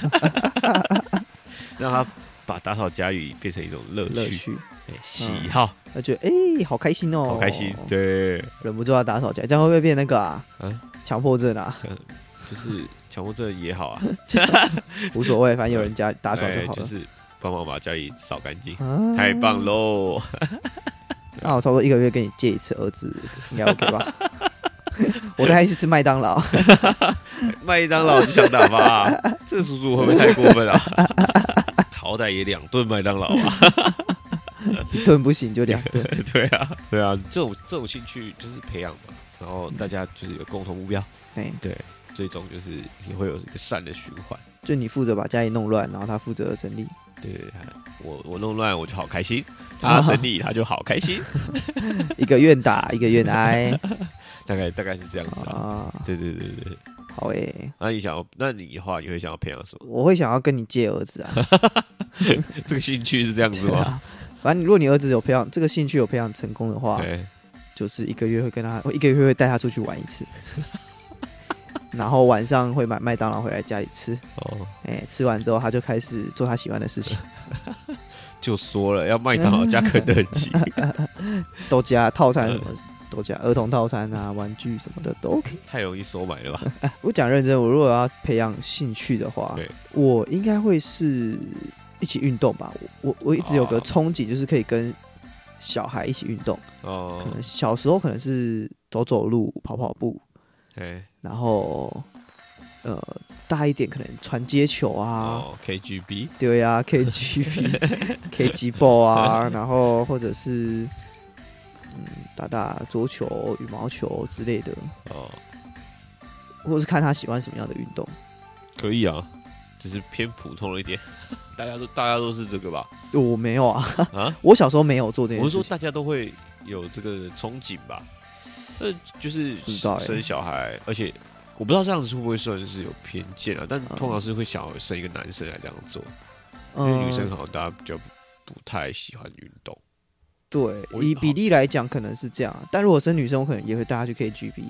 Speaker 2: 让他把打扫家里变成一种乐趣。乐趣喜好，
Speaker 1: 他觉得哎、欸，好开心哦、喔，
Speaker 2: 好开心，对，
Speaker 1: 忍不住要打扫家，这样会不会变那个啊？强、嗯、迫症啊？
Speaker 2: 就是强迫症也好啊，
Speaker 1: 无所谓，反正有人家打扫就好了。
Speaker 2: 就是帮忙把家里扫干净，啊、太棒喽！
Speaker 1: 那我差不多一个月跟你借一次儿子，应该 OK 吧？我带他去吃麦当劳，
Speaker 2: 麦当劳就想打发、啊，这个叔叔会不会太过分啊？好歹也两顿麦当劳啊，
Speaker 1: 一顿不行就两顿。
Speaker 2: 对啊，对啊，这种这种兴趣就是培养嘛，然后大家就是有共同目标，嗯、对，最终就是也会有一个善的循环。
Speaker 1: 就你负责把家里弄乱，然后他负责整理。
Speaker 2: 对，我我弄乱我就好开心，他整理他就好开心，
Speaker 1: 一个愿打一个愿挨，
Speaker 2: 大概大概是这样子啊。对对对对。
Speaker 1: 好诶、欸，
Speaker 2: 那你想要，那你的话，你会想要培养什么？
Speaker 1: 我会想要跟你借儿子啊。
Speaker 2: 这个兴趣是这样子吗？
Speaker 1: 啊、反正如果你儿子有培养这个兴趣有培养成功的话，就是一个月会跟他，一个月会带他出去玩一次，然后晚上会买麦当劳回来家里吃。哦，哎、欸，吃完之后他就开始做他喜欢的事情。
Speaker 2: 就说了要麦当劳加肯德基，
Speaker 1: 都加套餐什么。都加儿童套餐啊，玩具什么的都 OK。
Speaker 2: 太容易收买了吧？
Speaker 1: 欸、我讲认真，我如果要培养兴趣的话，我应该会是一起运动吧。我我一直有个憧憬，就是可以跟小孩一起运动。哦，可能小时候可能是走走路、跑跑步，然后呃大一点可能传接球啊、
Speaker 2: 哦、，K G B，
Speaker 1: 对啊 ，K G B、K G ball 啊，然后或者是。嗯，打打桌球、羽毛球之类的哦，或者是看他喜欢什么样的运动，
Speaker 2: 可以啊，只是偏普通了一点。大家都大家都是这个吧？
Speaker 1: 我没有啊，啊，我小时候没有做这件事情。
Speaker 2: 我是说大家都会有这个憧憬吧？呃，就是生小孩，而且我不知道这样子会不会算是有偏见啊？但通常是会想要生一个男生来这样做，嗯、因为女生好像大家比较不太喜欢运动。
Speaker 1: 对，以比例来讲可能是这样，但如果生女生，我可能也会带她去 K G B。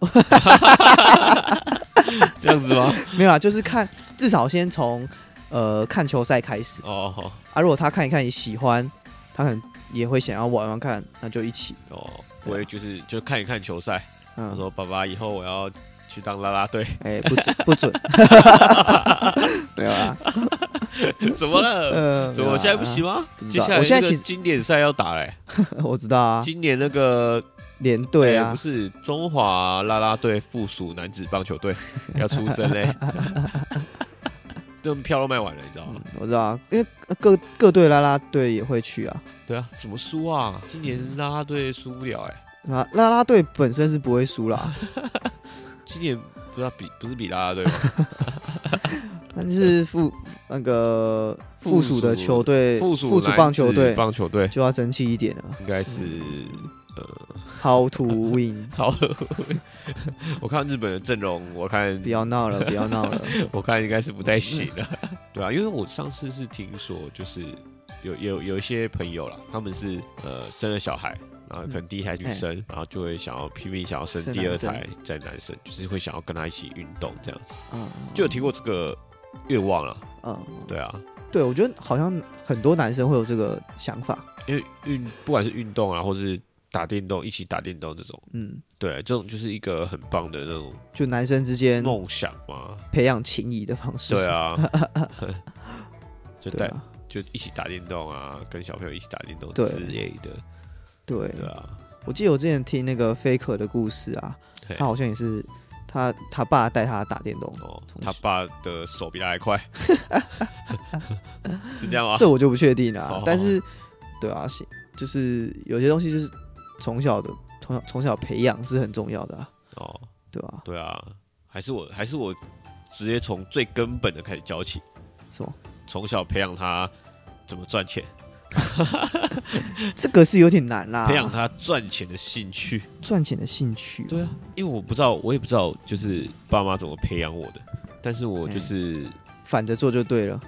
Speaker 2: 这样子吗？
Speaker 1: 没有啦，就是看，至少先从呃看球赛开始。哦，哦啊，如果她看一看也喜欢，她可能也会想要玩玩看，那就一起。
Speaker 2: 哦，我也就是就看一看球赛。嗯，我说爸爸以后我要去当啦啦队。
Speaker 1: 哎、欸，不准不准。没有啊。
Speaker 2: 怎么了？呃，怎么现在不行吗？接下来我现在其实经典赛要打嘞、欸，
Speaker 1: 我知道啊。
Speaker 2: 今年那个
Speaker 1: 联队啊、欸，
Speaker 2: 不是中华啦啦队附属男子棒球队要出征嘞，这票都卖完了，你知道吗？嗯、
Speaker 1: 我知道啊，因为各各队啦啦队也会去啊。
Speaker 2: 对啊，怎么输啊？今年啦啦队输不了哎、
Speaker 1: 欸。啊，啦啦队本身是不会输啦。
Speaker 2: 今年不知道比不是比啦啦队吗？
Speaker 1: 但是附那个附属的球队，
Speaker 2: 附属
Speaker 1: 棒球队，
Speaker 2: 棒球队
Speaker 1: 就要争气一点了。
Speaker 2: 应该是、嗯、呃
Speaker 1: ，How to win？
Speaker 2: 好，我看日本的阵容，我看
Speaker 1: 不要闹了，不要闹了，
Speaker 2: 我看应该是不太行了。对啊，因为我上次是听说，就是有有有一些朋友啦，他们是呃生了小孩。然后可能第一胎女生、嗯，然后就会想要拼命想要生第二胎再男生，就是会想要跟他一起运动这样子。嗯，就有听过这个愿望了。嗯，对啊，
Speaker 1: 对，我觉得好像很多男生会有这个想法，
Speaker 2: 因为运不管是运动啊，或是打电动，一起打电动这种，嗯，对，这种就是一个很棒的那种，
Speaker 1: 就男生之间
Speaker 2: 梦想嘛，
Speaker 1: 培养情谊的方式。
Speaker 2: 对啊，就带、啊、 就一起打电动啊，跟小朋友一起打电动之类的。
Speaker 1: 对
Speaker 2: 对啊，
Speaker 1: 我记得我之前听那个 Faker 的故事啊，他好像也是他他爸带他打电动，
Speaker 2: 哦，他爸的手比他还快，是这样吗？
Speaker 1: 这我就不确定了、啊
Speaker 2: 哦，
Speaker 1: 但是对啊，就是有些东西就是从小的从小从小培养是很重要的啊。哦，对啊，
Speaker 2: 对啊，还是我还是我直接从最根本的开始教起，
Speaker 1: 什么？
Speaker 2: 从小培养他怎么赚钱。
Speaker 1: 这个是有点难啦，
Speaker 2: 培养他赚钱的兴趣，
Speaker 1: 赚钱的兴趣。
Speaker 2: 对啊，因为我不知道，我也不知道，就是爸妈怎么培养我的，但是我就是、欸、
Speaker 1: 反着做就对了，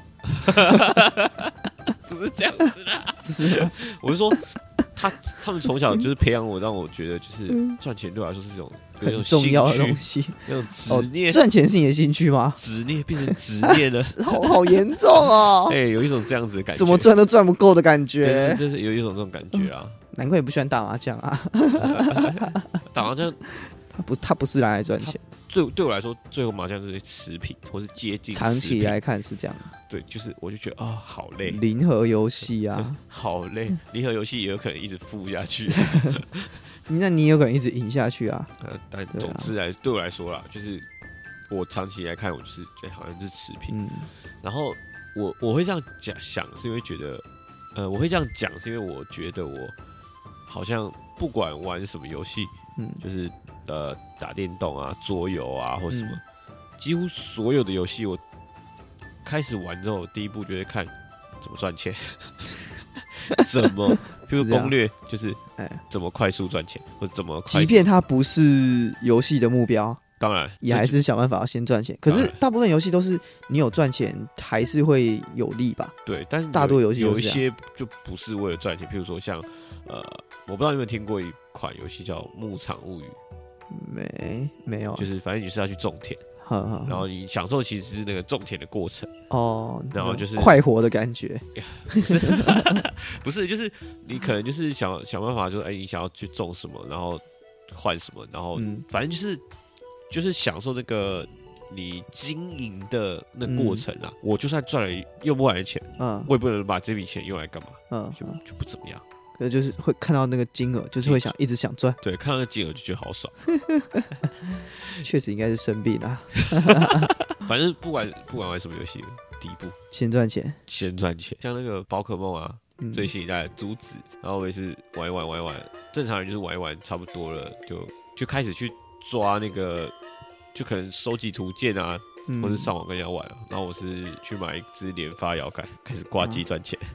Speaker 2: 不是这样子啦，
Speaker 1: 不是，
Speaker 2: 我是说，他他们从小就是培养我，让我觉得就是赚钱对我来说是一种
Speaker 1: 很重要的东西，
Speaker 2: 那种执念。
Speaker 1: 赚、哦、钱是你的兴趣吗？
Speaker 2: 执念变成执念了，
Speaker 1: 好好严重哦！
Speaker 2: 哎、欸，有一种这样子的感觉，
Speaker 1: 怎么赚都赚不够的感觉，
Speaker 2: 就是有一种这种感觉啊。嗯、
Speaker 1: 难怪你不喜欢打麻将啊！
Speaker 2: 打麻将，
Speaker 1: 他不，他不是拿来赚钱。
Speaker 2: 对对我来说，最后麻将就是持平，或是接近。
Speaker 1: 长期来看是这样。
Speaker 2: 对，就是我就觉得啊、哦，好累。
Speaker 1: 零和游戏啊，
Speaker 2: 好累。零和游戏也有可能一直负下去。
Speaker 1: 那你有可能一直赢下去啊。
Speaker 2: 呃，但总之来、啊、对我来说啦，就是我长期来看，我就是觉得好像是持平。嗯、然后我我会这样讲想，是因为觉得，呃，我会这样讲，是因为我觉得我好像不管玩什么游戏，嗯，就是呃打电动啊、桌游啊或什么，嗯、几乎所有的游戏我开始玩之后，第一步就会看怎么赚钱，怎么。就是攻略，就是怎么快速赚钱，或者怎么快速。
Speaker 1: 即便它不是游戏的目标，
Speaker 2: 当然
Speaker 1: 也还是想办法要先赚钱。可是大部分游戏都是你有赚钱，还是会有利吧？
Speaker 2: 对，但是
Speaker 1: 大多游戏
Speaker 2: 有一些就不是为了赚钱，譬如说像呃，我不知道你有没有听过一款游戏叫《牧场物语》？
Speaker 1: 没没有，
Speaker 2: 就是反正你是要去种田。然后你享受其实是那个种田的过程
Speaker 1: 哦，
Speaker 2: 然后就是
Speaker 1: 快活的感觉，
Speaker 2: 不是不是，就是你可能就是想想办法，就是哎、欸，你想要去种什么，然后换什么，然后、嗯、反正就是就是享受那个你经营的那过程啊。嗯、我就算赚了用不完的钱，嗯，我也不能把这笔钱用来干嘛，嗯，就就不怎么样。
Speaker 1: 可是就是会看到那个金额，就是会想一直想赚。
Speaker 2: 对，看到那个金额就觉得好爽。
Speaker 1: 确实应该是生病了。
Speaker 2: 反正不管不管玩什么游戏，第一步
Speaker 1: 先赚钱，
Speaker 2: 先赚钱。像那个宝可梦啊，嗯、最新一代的珠子，然后我也是玩一玩玩一玩，正常人就是玩一玩差不多了，就就开始去抓那个，就可能收集图鉴啊。嗯、或是上网跟人家玩、啊，然后我是去买一支连发摇杆，开始挂机赚钱。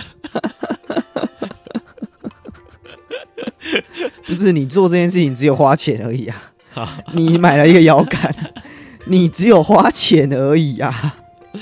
Speaker 1: 不是你做这件事情只有花钱而已啊！你买了一个摇杆，你只有花钱而已啊！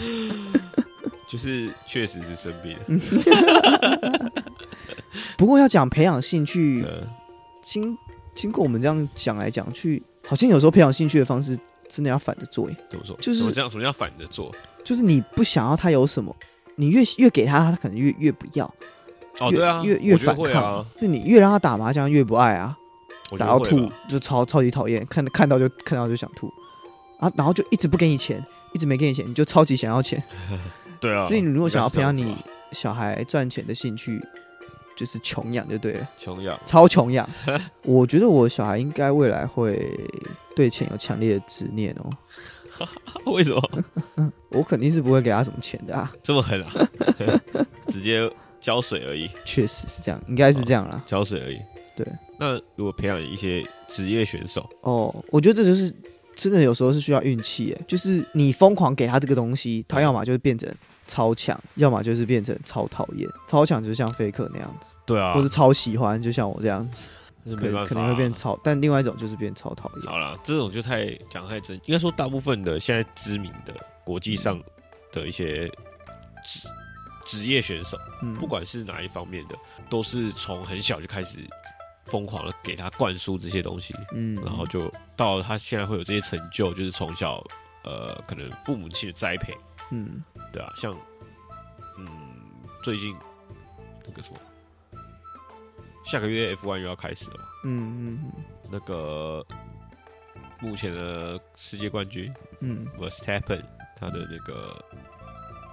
Speaker 2: 就是确实是生病了。
Speaker 1: 不过要讲培养兴趣，经经过我们这样讲来讲去，好像有时候培养兴趣的方式真的要反着做耶。
Speaker 2: 怎么说？
Speaker 1: 就是
Speaker 2: 什么叫什么叫反着做？
Speaker 1: 就是你不想要他有什么，你越越给他，他可能越越不要。
Speaker 2: 哦，对啊，
Speaker 1: 越越反抗，啊、就你越让他打麻将越不爱啊，打到吐就超超级讨厌，看看到就看到就想吐啊，然后就一直不给你钱，一直没给你钱，你就超级想要钱。
Speaker 2: 对啊，
Speaker 1: 所以你如果想要培养你小孩赚钱的兴趣，就是穷养就对了，
Speaker 2: 穷养，
Speaker 1: 超穷养。我觉得我小孩应该未来会对钱有强烈的执念哦。
Speaker 2: 为什么？
Speaker 1: 我肯定是不会给他什么钱的啊，
Speaker 2: 这么狠啊，直接。浇水而已，
Speaker 1: 确实是这样，应该是这样啦。
Speaker 2: 浇水而已。
Speaker 1: 对，
Speaker 2: 那如果培养一些职业选手，
Speaker 1: 哦，我觉得这就是真的，有时候是需要运气耶。就是你疯狂给他这个东西，他要么就是变成超强，要么就是变成超讨厌。超强就是像菲克那样子，
Speaker 2: 对啊，
Speaker 1: 或是超喜欢，就像我这样子，
Speaker 2: 是没办法啊、
Speaker 1: 可能会变超。但另外一种就是变超讨厌。
Speaker 2: 好啦，这种就太讲太真，应该说大部分的现在知名的国际上的一些职。职业选手，嗯、不管是哪一方面的，都是从很小就开始疯狂的给他灌输这些东西，嗯，然后就到他现在会有这些成就，就是从小呃，可能父母亲的栽培，嗯，对啊，像嗯，最近那个什么，下个月 F 一 又要开始了，嗯嗯嗯，那个目前的世界冠军，嗯 ，Verstappen 他的那个。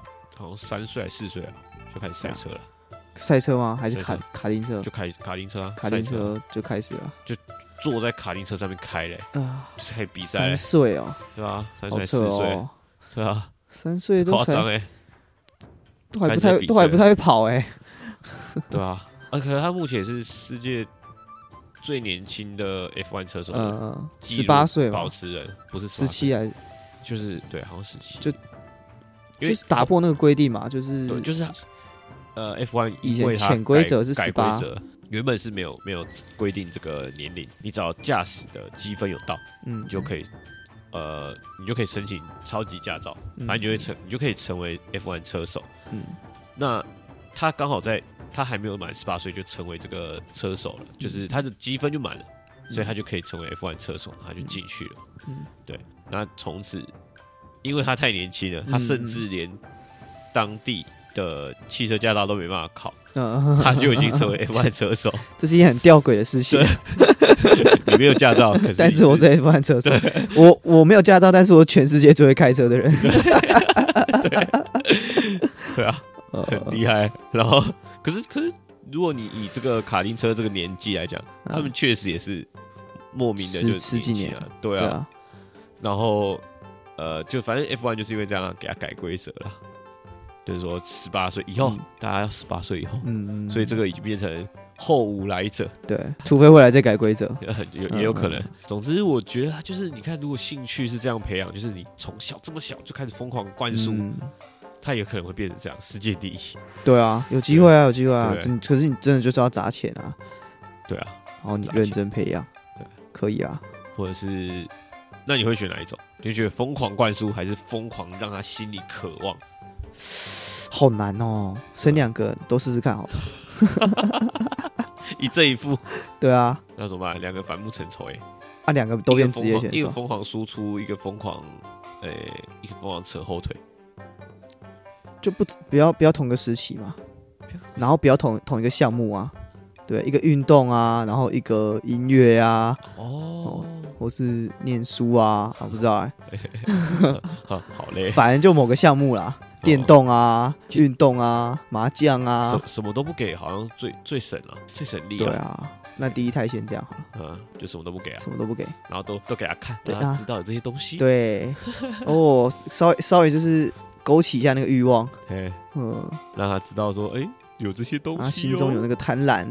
Speaker 2: 好像三岁还是四岁啊，就开始赛车了。
Speaker 1: 赛车吗？还是卡卡丁车？
Speaker 2: 就开卡丁车啊，
Speaker 1: 卡丁车就开始了，
Speaker 2: 就坐在卡丁车上面开嘞、欸，啊，就是开始比赛、欸。
Speaker 1: 三岁哦，
Speaker 2: 对吧？三岁四岁、哦，对啊，
Speaker 1: 三岁都
Speaker 2: 夸张哎，
Speaker 1: 都还不太都还不太会跑哎、
Speaker 2: 欸，对啊，啊，可是他目前也是世界最年轻的 F 一 车手，
Speaker 1: 嗯，十八岁
Speaker 2: 保持人，不是
Speaker 1: 十七还
Speaker 2: 就是对，好像十七，
Speaker 1: 就就是打破那个规定嘛，就是
Speaker 2: 对，就是。呃 ，F 一
Speaker 1: 以前潜规则是十八，
Speaker 2: 原本是没有没有规定这个年龄，你只要驾驶的积分有到，嗯，你就可以，呃，你就可以申请超级驾照，反正你就会成，你就可以成为 F 一 车手。嗯，那他刚好在他还没有满十八岁就成为这个车手了，就是他的积分就满了，所以他就可以成为 F 一 车手，他就进去了。嗯，对，那从此，因为他太年轻了，他甚至连当地的汽车驾照都没办法考，嗯、他就已经成为 F 一 车手，
Speaker 1: 这是一件很吊诡的事情。
Speaker 2: 你没有驾照，可是
Speaker 1: 但是我是 F 一 车手，我我没有驾照，但是我全世界最会开车的人。
Speaker 2: 对, 对啊，很厉害。然后，可是可是，如果你以这个卡丁车这个年纪来讲，他们确实也是莫名的就
Speaker 1: 十几年
Speaker 2: 了，对啊。对啊然后，呃，就反正 F 一 就是因为这样给他改规则了。就是说，十八岁以后，嗯、大家要十八岁以后，嗯，所以这个已经变成后无来者。
Speaker 1: 对，除非未来再改规则，
Speaker 2: 也也有可能。嗯、总之，我觉得就是你看，如果兴趣是这样培养，就是你从小这么小就开始疯狂灌输，嗯、他也可能会变成这样世界第一。
Speaker 1: 对啊，有机会啊，有机会啊。可是你真的就是要砸钱啊。
Speaker 2: 对啊，
Speaker 1: 然后你认真培养，对，可以啊。
Speaker 2: 或者是，那你会选哪一种？你会觉得疯狂灌输，还是疯狂让他心里渴望？
Speaker 1: 好难哦，生两个都试试看好了。
Speaker 2: 一正一负。
Speaker 1: 对啊，
Speaker 2: 那怎么办？两个反目成仇哎。
Speaker 1: 啊，两个都变职业选手，
Speaker 2: 一个疯狂输出，一个疯狂，诶、欸，一个疯狂扯后腿。
Speaker 1: 就不不要不要同个时期嘛，然后不要同同一个项目啊。对，一个运动啊，然后一个音乐啊，哦，或是念书啊，我不知道哎、
Speaker 2: 欸，好累，
Speaker 1: 反正就某个项目啦，电动啊，运动啊，麻将啊，
Speaker 2: 什什么都不给，好像最最省了，最省力。
Speaker 1: 对啊，那第一胎先这样好了，
Speaker 2: 嗯，就什么都不给啊，
Speaker 1: 什么都不给，
Speaker 2: 然后都都给他看，让他知道有这些东西。
Speaker 1: 对，哦，稍微稍微就是勾起一下那个欲望，
Speaker 2: 嗯，让他知道说，哎、欸。有这些东西、哦，
Speaker 1: 他心中有那个贪婪，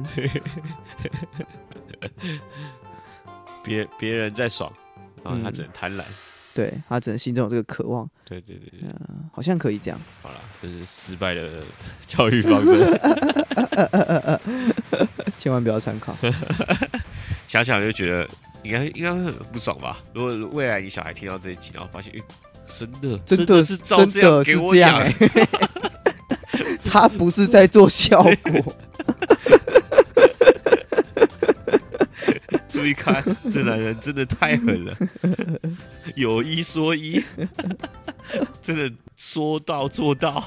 Speaker 2: 别别人在爽，然后他只能贪婪、嗯，
Speaker 1: 对他只能心中有这个渴望，
Speaker 2: 对对对对、
Speaker 1: 呃，好像可以这样。
Speaker 2: 好了，这是失败的教育方针，
Speaker 1: 千万不要参考。
Speaker 2: 想想就觉得应该应该会很不爽吧？如果未来你小孩听到这一集，然后发现，哎、欸，真的
Speaker 1: 真的
Speaker 2: 是照这样给我养、欸。
Speaker 1: 他不是在做效果，
Speaker 2: 注意看，这男人真的太狠了，有一说一，真的说到做到，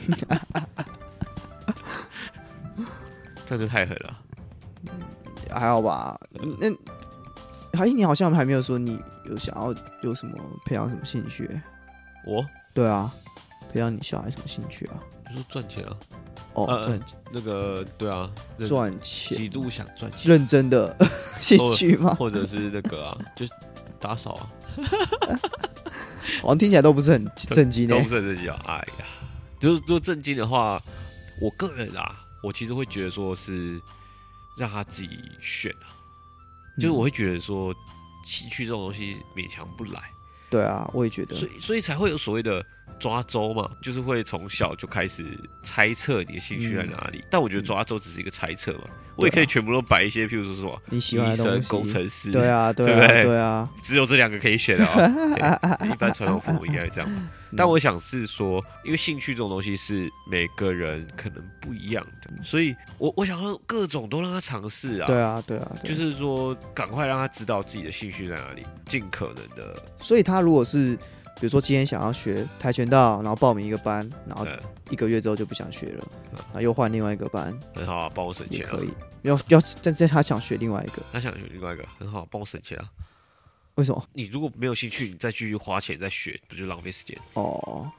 Speaker 2: 这就太狠了。
Speaker 1: 还好吧？那还你好像还没有说你有想要有什么培养什么兴趣、欸？
Speaker 2: 我？
Speaker 1: 对啊。培养你小孩什么兴趣啊？
Speaker 2: 你说赚钱啊？
Speaker 1: 哦，赚、呃、
Speaker 2: 那个对啊，
Speaker 1: 赚钱，
Speaker 2: 极度想赚钱，
Speaker 1: 认真的兴趣吗？
Speaker 2: 或者是那个啊，就打扫啊，
Speaker 1: 好像听起来都不是很正经、欸，
Speaker 2: 都不是很正经啊。哎呀，就是做正经的话，我个人啊，我其实会觉得说是让他自己选啊，嗯、就是我会觉得说兴趣这种东西勉强不来。
Speaker 1: 对啊，我也觉得，
Speaker 2: 所以所以才会有所谓的抓周嘛，就是会从小就开始猜测你的兴趣在哪里。嗯、但我觉得抓周只是一个猜测嘛，嗯、我也可以全部都摆一些，譬如说什么
Speaker 1: 你喜欢的东西，
Speaker 2: 医生、工程师，
Speaker 1: 对啊，对啊，
Speaker 2: 对不对？
Speaker 1: 对啊，
Speaker 2: 只有这两个可以选啊、欸。一般传统父母应该是这样嘛。但我想是说，因为兴趣这种东西是每个人可能不一样的，所以我我想要各种都让他尝试啊。
Speaker 1: 对啊，对啊，
Speaker 2: 对啊，就是说赶快让他知道自己的兴趣在哪里，尽可能的。
Speaker 1: 所以他如果是比如说今天想要学跆拳道，然后报名一个班，然后一个月之后就不想学了，然后又换另外一个班，
Speaker 2: 很好啊，帮我省钱啊。
Speaker 1: 也可以，要要，但是他想学另外一个，
Speaker 2: 他想学另外一个，很好，帮我省钱啊。
Speaker 1: 为什么？
Speaker 2: 你如果没有兴趣，你再继续花钱再学，不就浪费时间？
Speaker 1: 哦，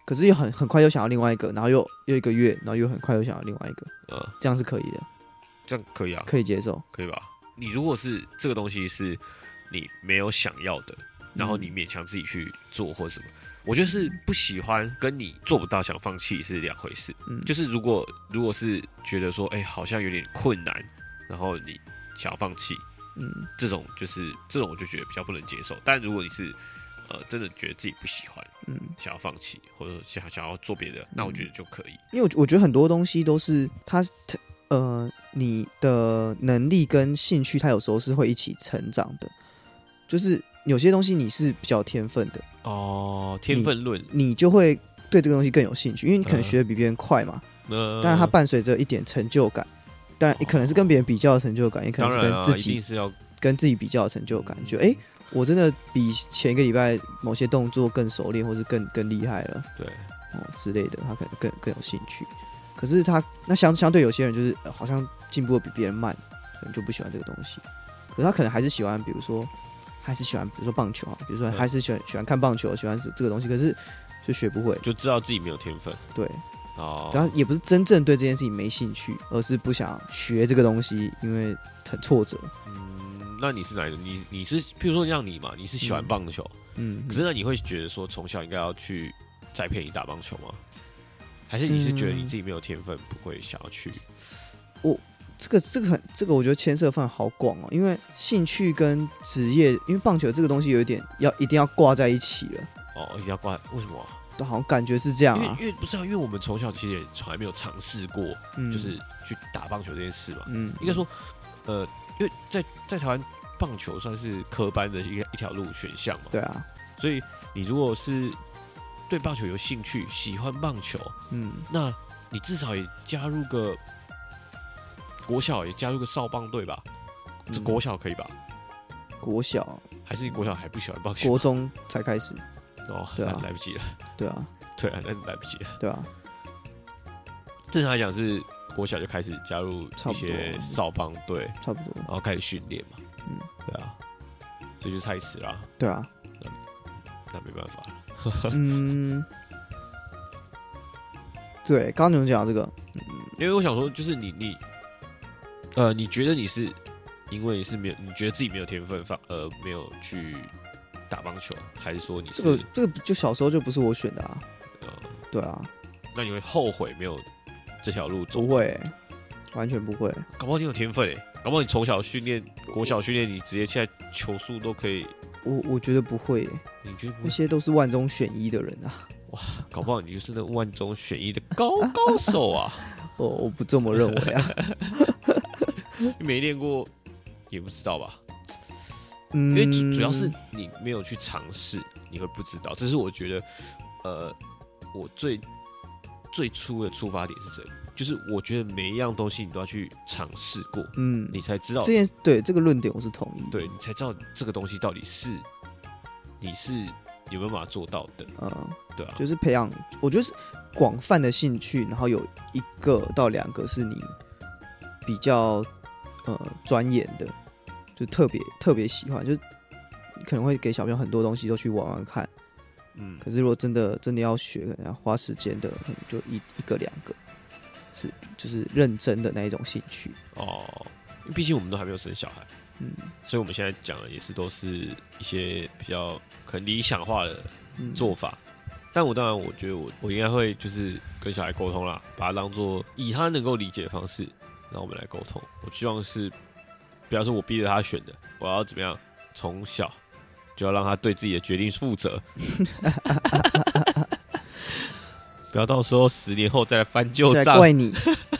Speaker 1: 可是又很很快又想要另外一个，然后又又一个月，然后又很快又想要另外一个，呃，这样是可以的，
Speaker 2: 这样可以啊，
Speaker 1: 可以接受，
Speaker 2: 可以吧？你如果是这个东西是你没有想要的，然后你勉强自己去做或什么，我觉得是不喜欢跟你做不到想放弃是两回事。嗯，就是如果如果是觉得说，哎、欸，好像有点困难，然后你想要放弃，嗯，这种就是这种我就觉得比较不能接受。但如果你是呃，真的觉得自己不喜欢，嗯，想要放弃或者想想要做别的，那我觉得就可以。
Speaker 1: 因为我觉得很多东西都是它，呃，你的能力跟兴趣，它有时候是会一起成长的。就是有些东西你是比较有天分的
Speaker 2: 哦，天分论，
Speaker 1: 你就会对这个东西更有兴趣，因为你可能学得比别人快嘛。呃，当然它伴随着一点成就感，当然也可能是跟别人比较的成就感，也可能是跟自己、
Speaker 2: 啊、是要
Speaker 1: 跟自己比较的成就感，觉得哎。欸我真的比前一个礼拜某些动作更熟练，或是更更厉害了，
Speaker 2: 对，
Speaker 1: 哦之类的，他可能更更有兴趣。可是他那相相对有些人就是、呃、好像进步的比别人慢，可能就不喜欢这个东西。可是他可能还是喜欢，比如说还是喜欢，比如说棒球啊，比如说还是喜欢喜欢看棒球，喜欢这个东西，可是就学不会，
Speaker 2: 就知道自己没有天分。
Speaker 1: 对，
Speaker 2: 哦，
Speaker 1: 然后也不是真正对这件事情没兴趣，而是不想学这个东西，因为很挫折。嗯。
Speaker 2: 那你是哪一种？你你是，譬如说像你嘛，你是喜欢棒球，嗯，可是那你会觉得说从小应该要去栽培你打棒球吗？还是你是觉得你自己没有天分，不会想要去？
Speaker 1: 我这个这个很这个，我觉得牵涉范围好广哦，因为兴趣跟职业，因为棒球这个东西有一点要一定要挂在一起了。
Speaker 2: 哦，一定要挂？为什么、啊？
Speaker 1: 都好像感觉是这样啊，
Speaker 2: 因为因为不是啊，因为我们从小其实也从来没有尝试过，嗯、就是去打棒球这件事嘛。嗯，应该说，呃。因为在在台湾，棒球算是科班的一一条路选项嘛。
Speaker 1: 对啊，
Speaker 2: 所以你如果是对棒球有兴趣，喜欢棒球，嗯，那你至少也加入个国小，也加入个少棒队吧。嗯、这国小可以吧？
Speaker 1: 国小
Speaker 2: 还是你国小还不喜欢棒球？
Speaker 1: 国中才开始。
Speaker 2: 哦，对啊，来不及了。
Speaker 1: 对啊，
Speaker 2: 对啊，那来不及了。
Speaker 1: 对啊，
Speaker 2: 正常来讲是。国小就开始加入一些少棒队，
Speaker 1: 差不多，
Speaker 2: 然后开始训练嘛，嗯，对啊，所以就太迟啦，
Speaker 1: 对啊，
Speaker 2: 那那没办法了，
Speaker 1: 嗯，对，刚刚你们讲这个，
Speaker 2: 嗯，因为我想说，就是你你，呃，你觉得你是因为是没有，你觉得自己没有天分，呃，没有去打棒球，还是说你是
Speaker 1: 这个这个就小时候就不是我选的啊，呃，对啊，
Speaker 2: 那你会后悔没有？这条路走
Speaker 1: 不会、欸，完全不会。
Speaker 2: 搞不好你有天分哎、欸，搞不好你从小训练，国小训练，你直接现在球速都可以。
Speaker 1: 我我觉得不会、欸，
Speaker 2: 你觉得不会？
Speaker 1: 那些都是万中选一的人啊！
Speaker 2: 哇，搞不好你就是那万中选一的高高手啊！
Speaker 1: 我我不这么认为啊。
Speaker 2: 没练过也不知道吧？嗯，因为主主要是你没有去尝试，你会不知道。这是我觉得，呃，我最。最初的出发点是这里，就是我觉得每一样东西你都要去尝试过，嗯，你才知道。
Speaker 1: 这件对这个论点我是同意，
Speaker 2: 对你才知道这个东西到底是你是有没有办法做到的，嗯，对啊，
Speaker 1: 就是培养，我觉得是广泛的兴趣，然后有一个到两个是你比较呃钻研的，就特别特别喜欢，就是你可能会给小朋友很多东西都去玩玩看。嗯，可是如果真的真的要学，可能要花时间的，可能就一一个两个，是就是认真的那一种兴趣
Speaker 2: 哦。毕竟我们都还没有生小孩，嗯，所以我们现在讲的也是都是一些比较可能理想化的做法。嗯、但我当然，我觉得我我应该会就是跟小孩沟通啦，把它当做以他能够理解的方式，让我们来沟通。我希望是不要是我逼着他选的，我要怎么样从小。就要让他对自己的决定负责，不要到时候十年后再来翻旧账，
Speaker 1: 再怪你。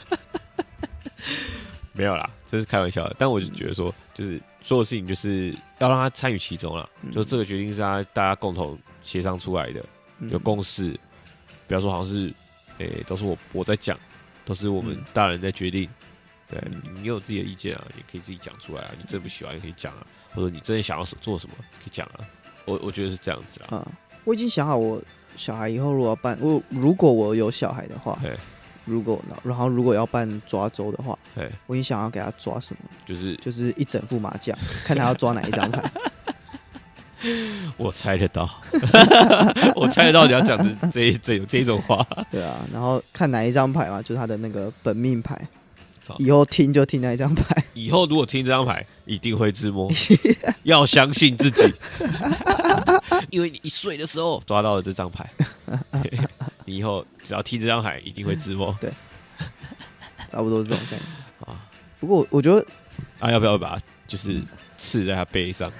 Speaker 2: 没有啦，这是开玩笑的。但我就觉得说，就是所有事情就是要让他参与其中啦。嗯、就这个决定是他大家共同协商出来的，有共识。不要说好像是，诶、欸，都是我我在讲，都是我们大人在决定。对，你有自己的意见啊，也可以自己讲出来啊。你真不喜欢也可以讲啊。或者你真的想要做什么，可以讲啊。我我觉得是这样子啊。
Speaker 1: 啊，我已经想好，我小孩以后如果要办，我如果我有小孩的话，如果然后如果要办抓周的话，我已经想要给他抓什么，
Speaker 2: 就是
Speaker 1: 就是一整副麻将，看他要抓哪一张牌。
Speaker 2: 我猜得到，我猜得到你要讲的这这这种话。
Speaker 1: 对啊，然后看哪一张牌嘛，就是他的那个本命牌。以后听就听那一张牌。
Speaker 2: 以后如果听这张牌，一定会自摸，要相信自己，因为你一睡的时候抓到了这张牌，你以后只要听这张牌，一定会自摸。
Speaker 1: 对，差不多这种感觉啊。不过我觉得
Speaker 2: 啊，要不要把它就是刺在他背上？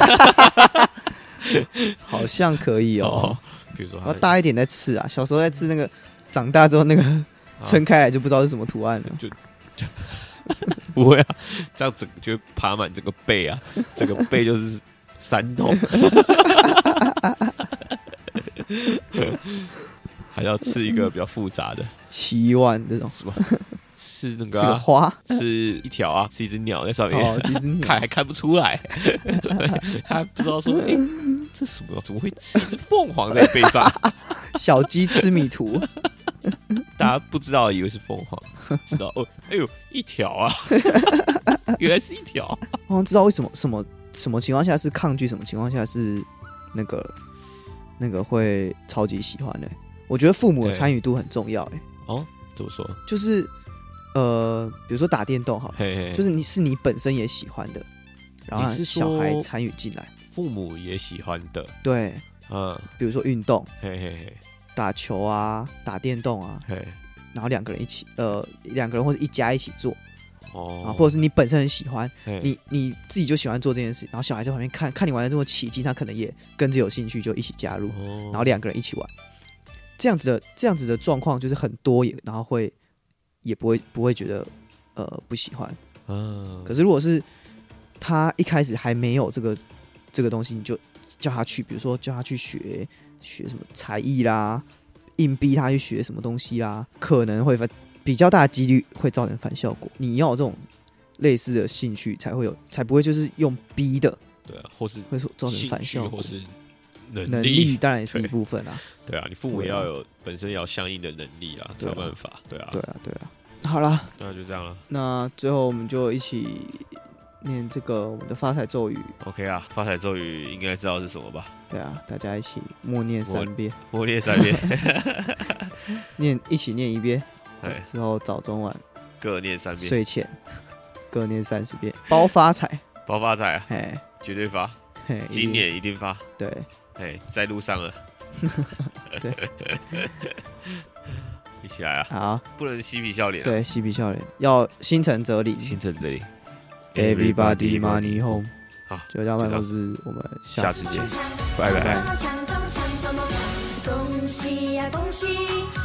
Speaker 1: 好像可以哦。哦
Speaker 2: 比如说，
Speaker 1: 要大一点再刺啊。小时候在刺那个，长大之后那个撑开来就不知道是什么图案了。就就
Speaker 2: 不会啊，这样整就会爬满整个背啊，整个背就是山洞。还要刺一个比较复杂的，
Speaker 1: 七万这种
Speaker 2: 什么？是那个、啊、
Speaker 1: 是个花，
Speaker 2: 是一条啊，是一只鸟在上面，
Speaker 1: 哦，一只鸟
Speaker 2: 看还看不出来，他不知道说，哎、欸，这什么？怎么会吃一只凤凰在背上？
Speaker 1: 小鸡吃米图，
Speaker 2: 大家不知道以为是凤凰，知道哦，哎呦，一条啊，原来是一条。
Speaker 1: 好像知道为什么什么什么情况下是抗拒，什么情况下是那个那个会超级喜欢的、欸。我觉得父母的参与度很重要、欸，哎，
Speaker 2: 哦，怎么说？
Speaker 1: 就是。呃，比如说打电动好了，嘿嘿就是你是你本身也喜欢的，然后让小孩参与进来，
Speaker 2: 父母也喜欢的，
Speaker 1: 对，
Speaker 2: 嗯，
Speaker 1: 比如说运动，
Speaker 2: 嘿嘿嘿，
Speaker 1: 打球啊，打电动啊，
Speaker 2: 嘿，
Speaker 1: 然后两个人一起，呃，两个人或者一家一起做，
Speaker 2: 哦，
Speaker 1: 啊，或者是你本身很喜欢，你你自己就喜欢做这件事，然后小孩在旁边看看你玩的这么起劲，他可能也跟着有兴趣，就一起加入，哦、然后两个人一起玩，这样子的这样子的状况就是很多也，然后会。也不会不会觉得呃不喜欢，嗯。可是如果是他一开始还没有这个这个东西，你就叫他去，比如说叫他去学学什么才艺啦，硬逼他去学什么东西啦，可能会比较大的几率会造成反效果。你要有这种类似的兴趣，才会有，才不会就是用逼的，
Speaker 2: 对啊，或是
Speaker 1: 会造成反效果，
Speaker 2: 或是能力，
Speaker 1: 能力当然也是一部分啊。
Speaker 2: 对啊，你父母也要有本身也要相应的能力啦，才有办法。对啊，
Speaker 1: 对啊，对啊。好啦，
Speaker 2: 那就这样了。
Speaker 1: 那最后我们就一起念这个我们的发财咒语。
Speaker 2: OK 啊，发财咒语应该知道是什么吧？
Speaker 1: 对啊，大家一起默念三遍，
Speaker 2: 默念三遍，
Speaker 1: 念一起念一遍，之后早中晚
Speaker 2: 各念三遍，
Speaker 1: 睡前各念三十遍，包发财，
Speaker 2: 包发财啊！
Speaker 1: 嘿，
Speaker 2: 绝对发，今年一定发。
Speaker 1: 对，
Speaker 2: 哎，在路上了。
Speaker 1: 对，
Speaker 2: 一起来啊！
Speaker 1: 好，
Speaker 2: 不能嬉皮笑脸、啊。
Speaker 1: 对，嬉皮笑脸，要心诚则灵。
Speaker 2: 心诚则灵。
Speaker 1: Everybody money home。
Speaker 2: 好，
Speaker 1: 九家办公室，我们下次见，
Speaker 2: 拜拜。
Speaker 3: 恭喜呀恭喜！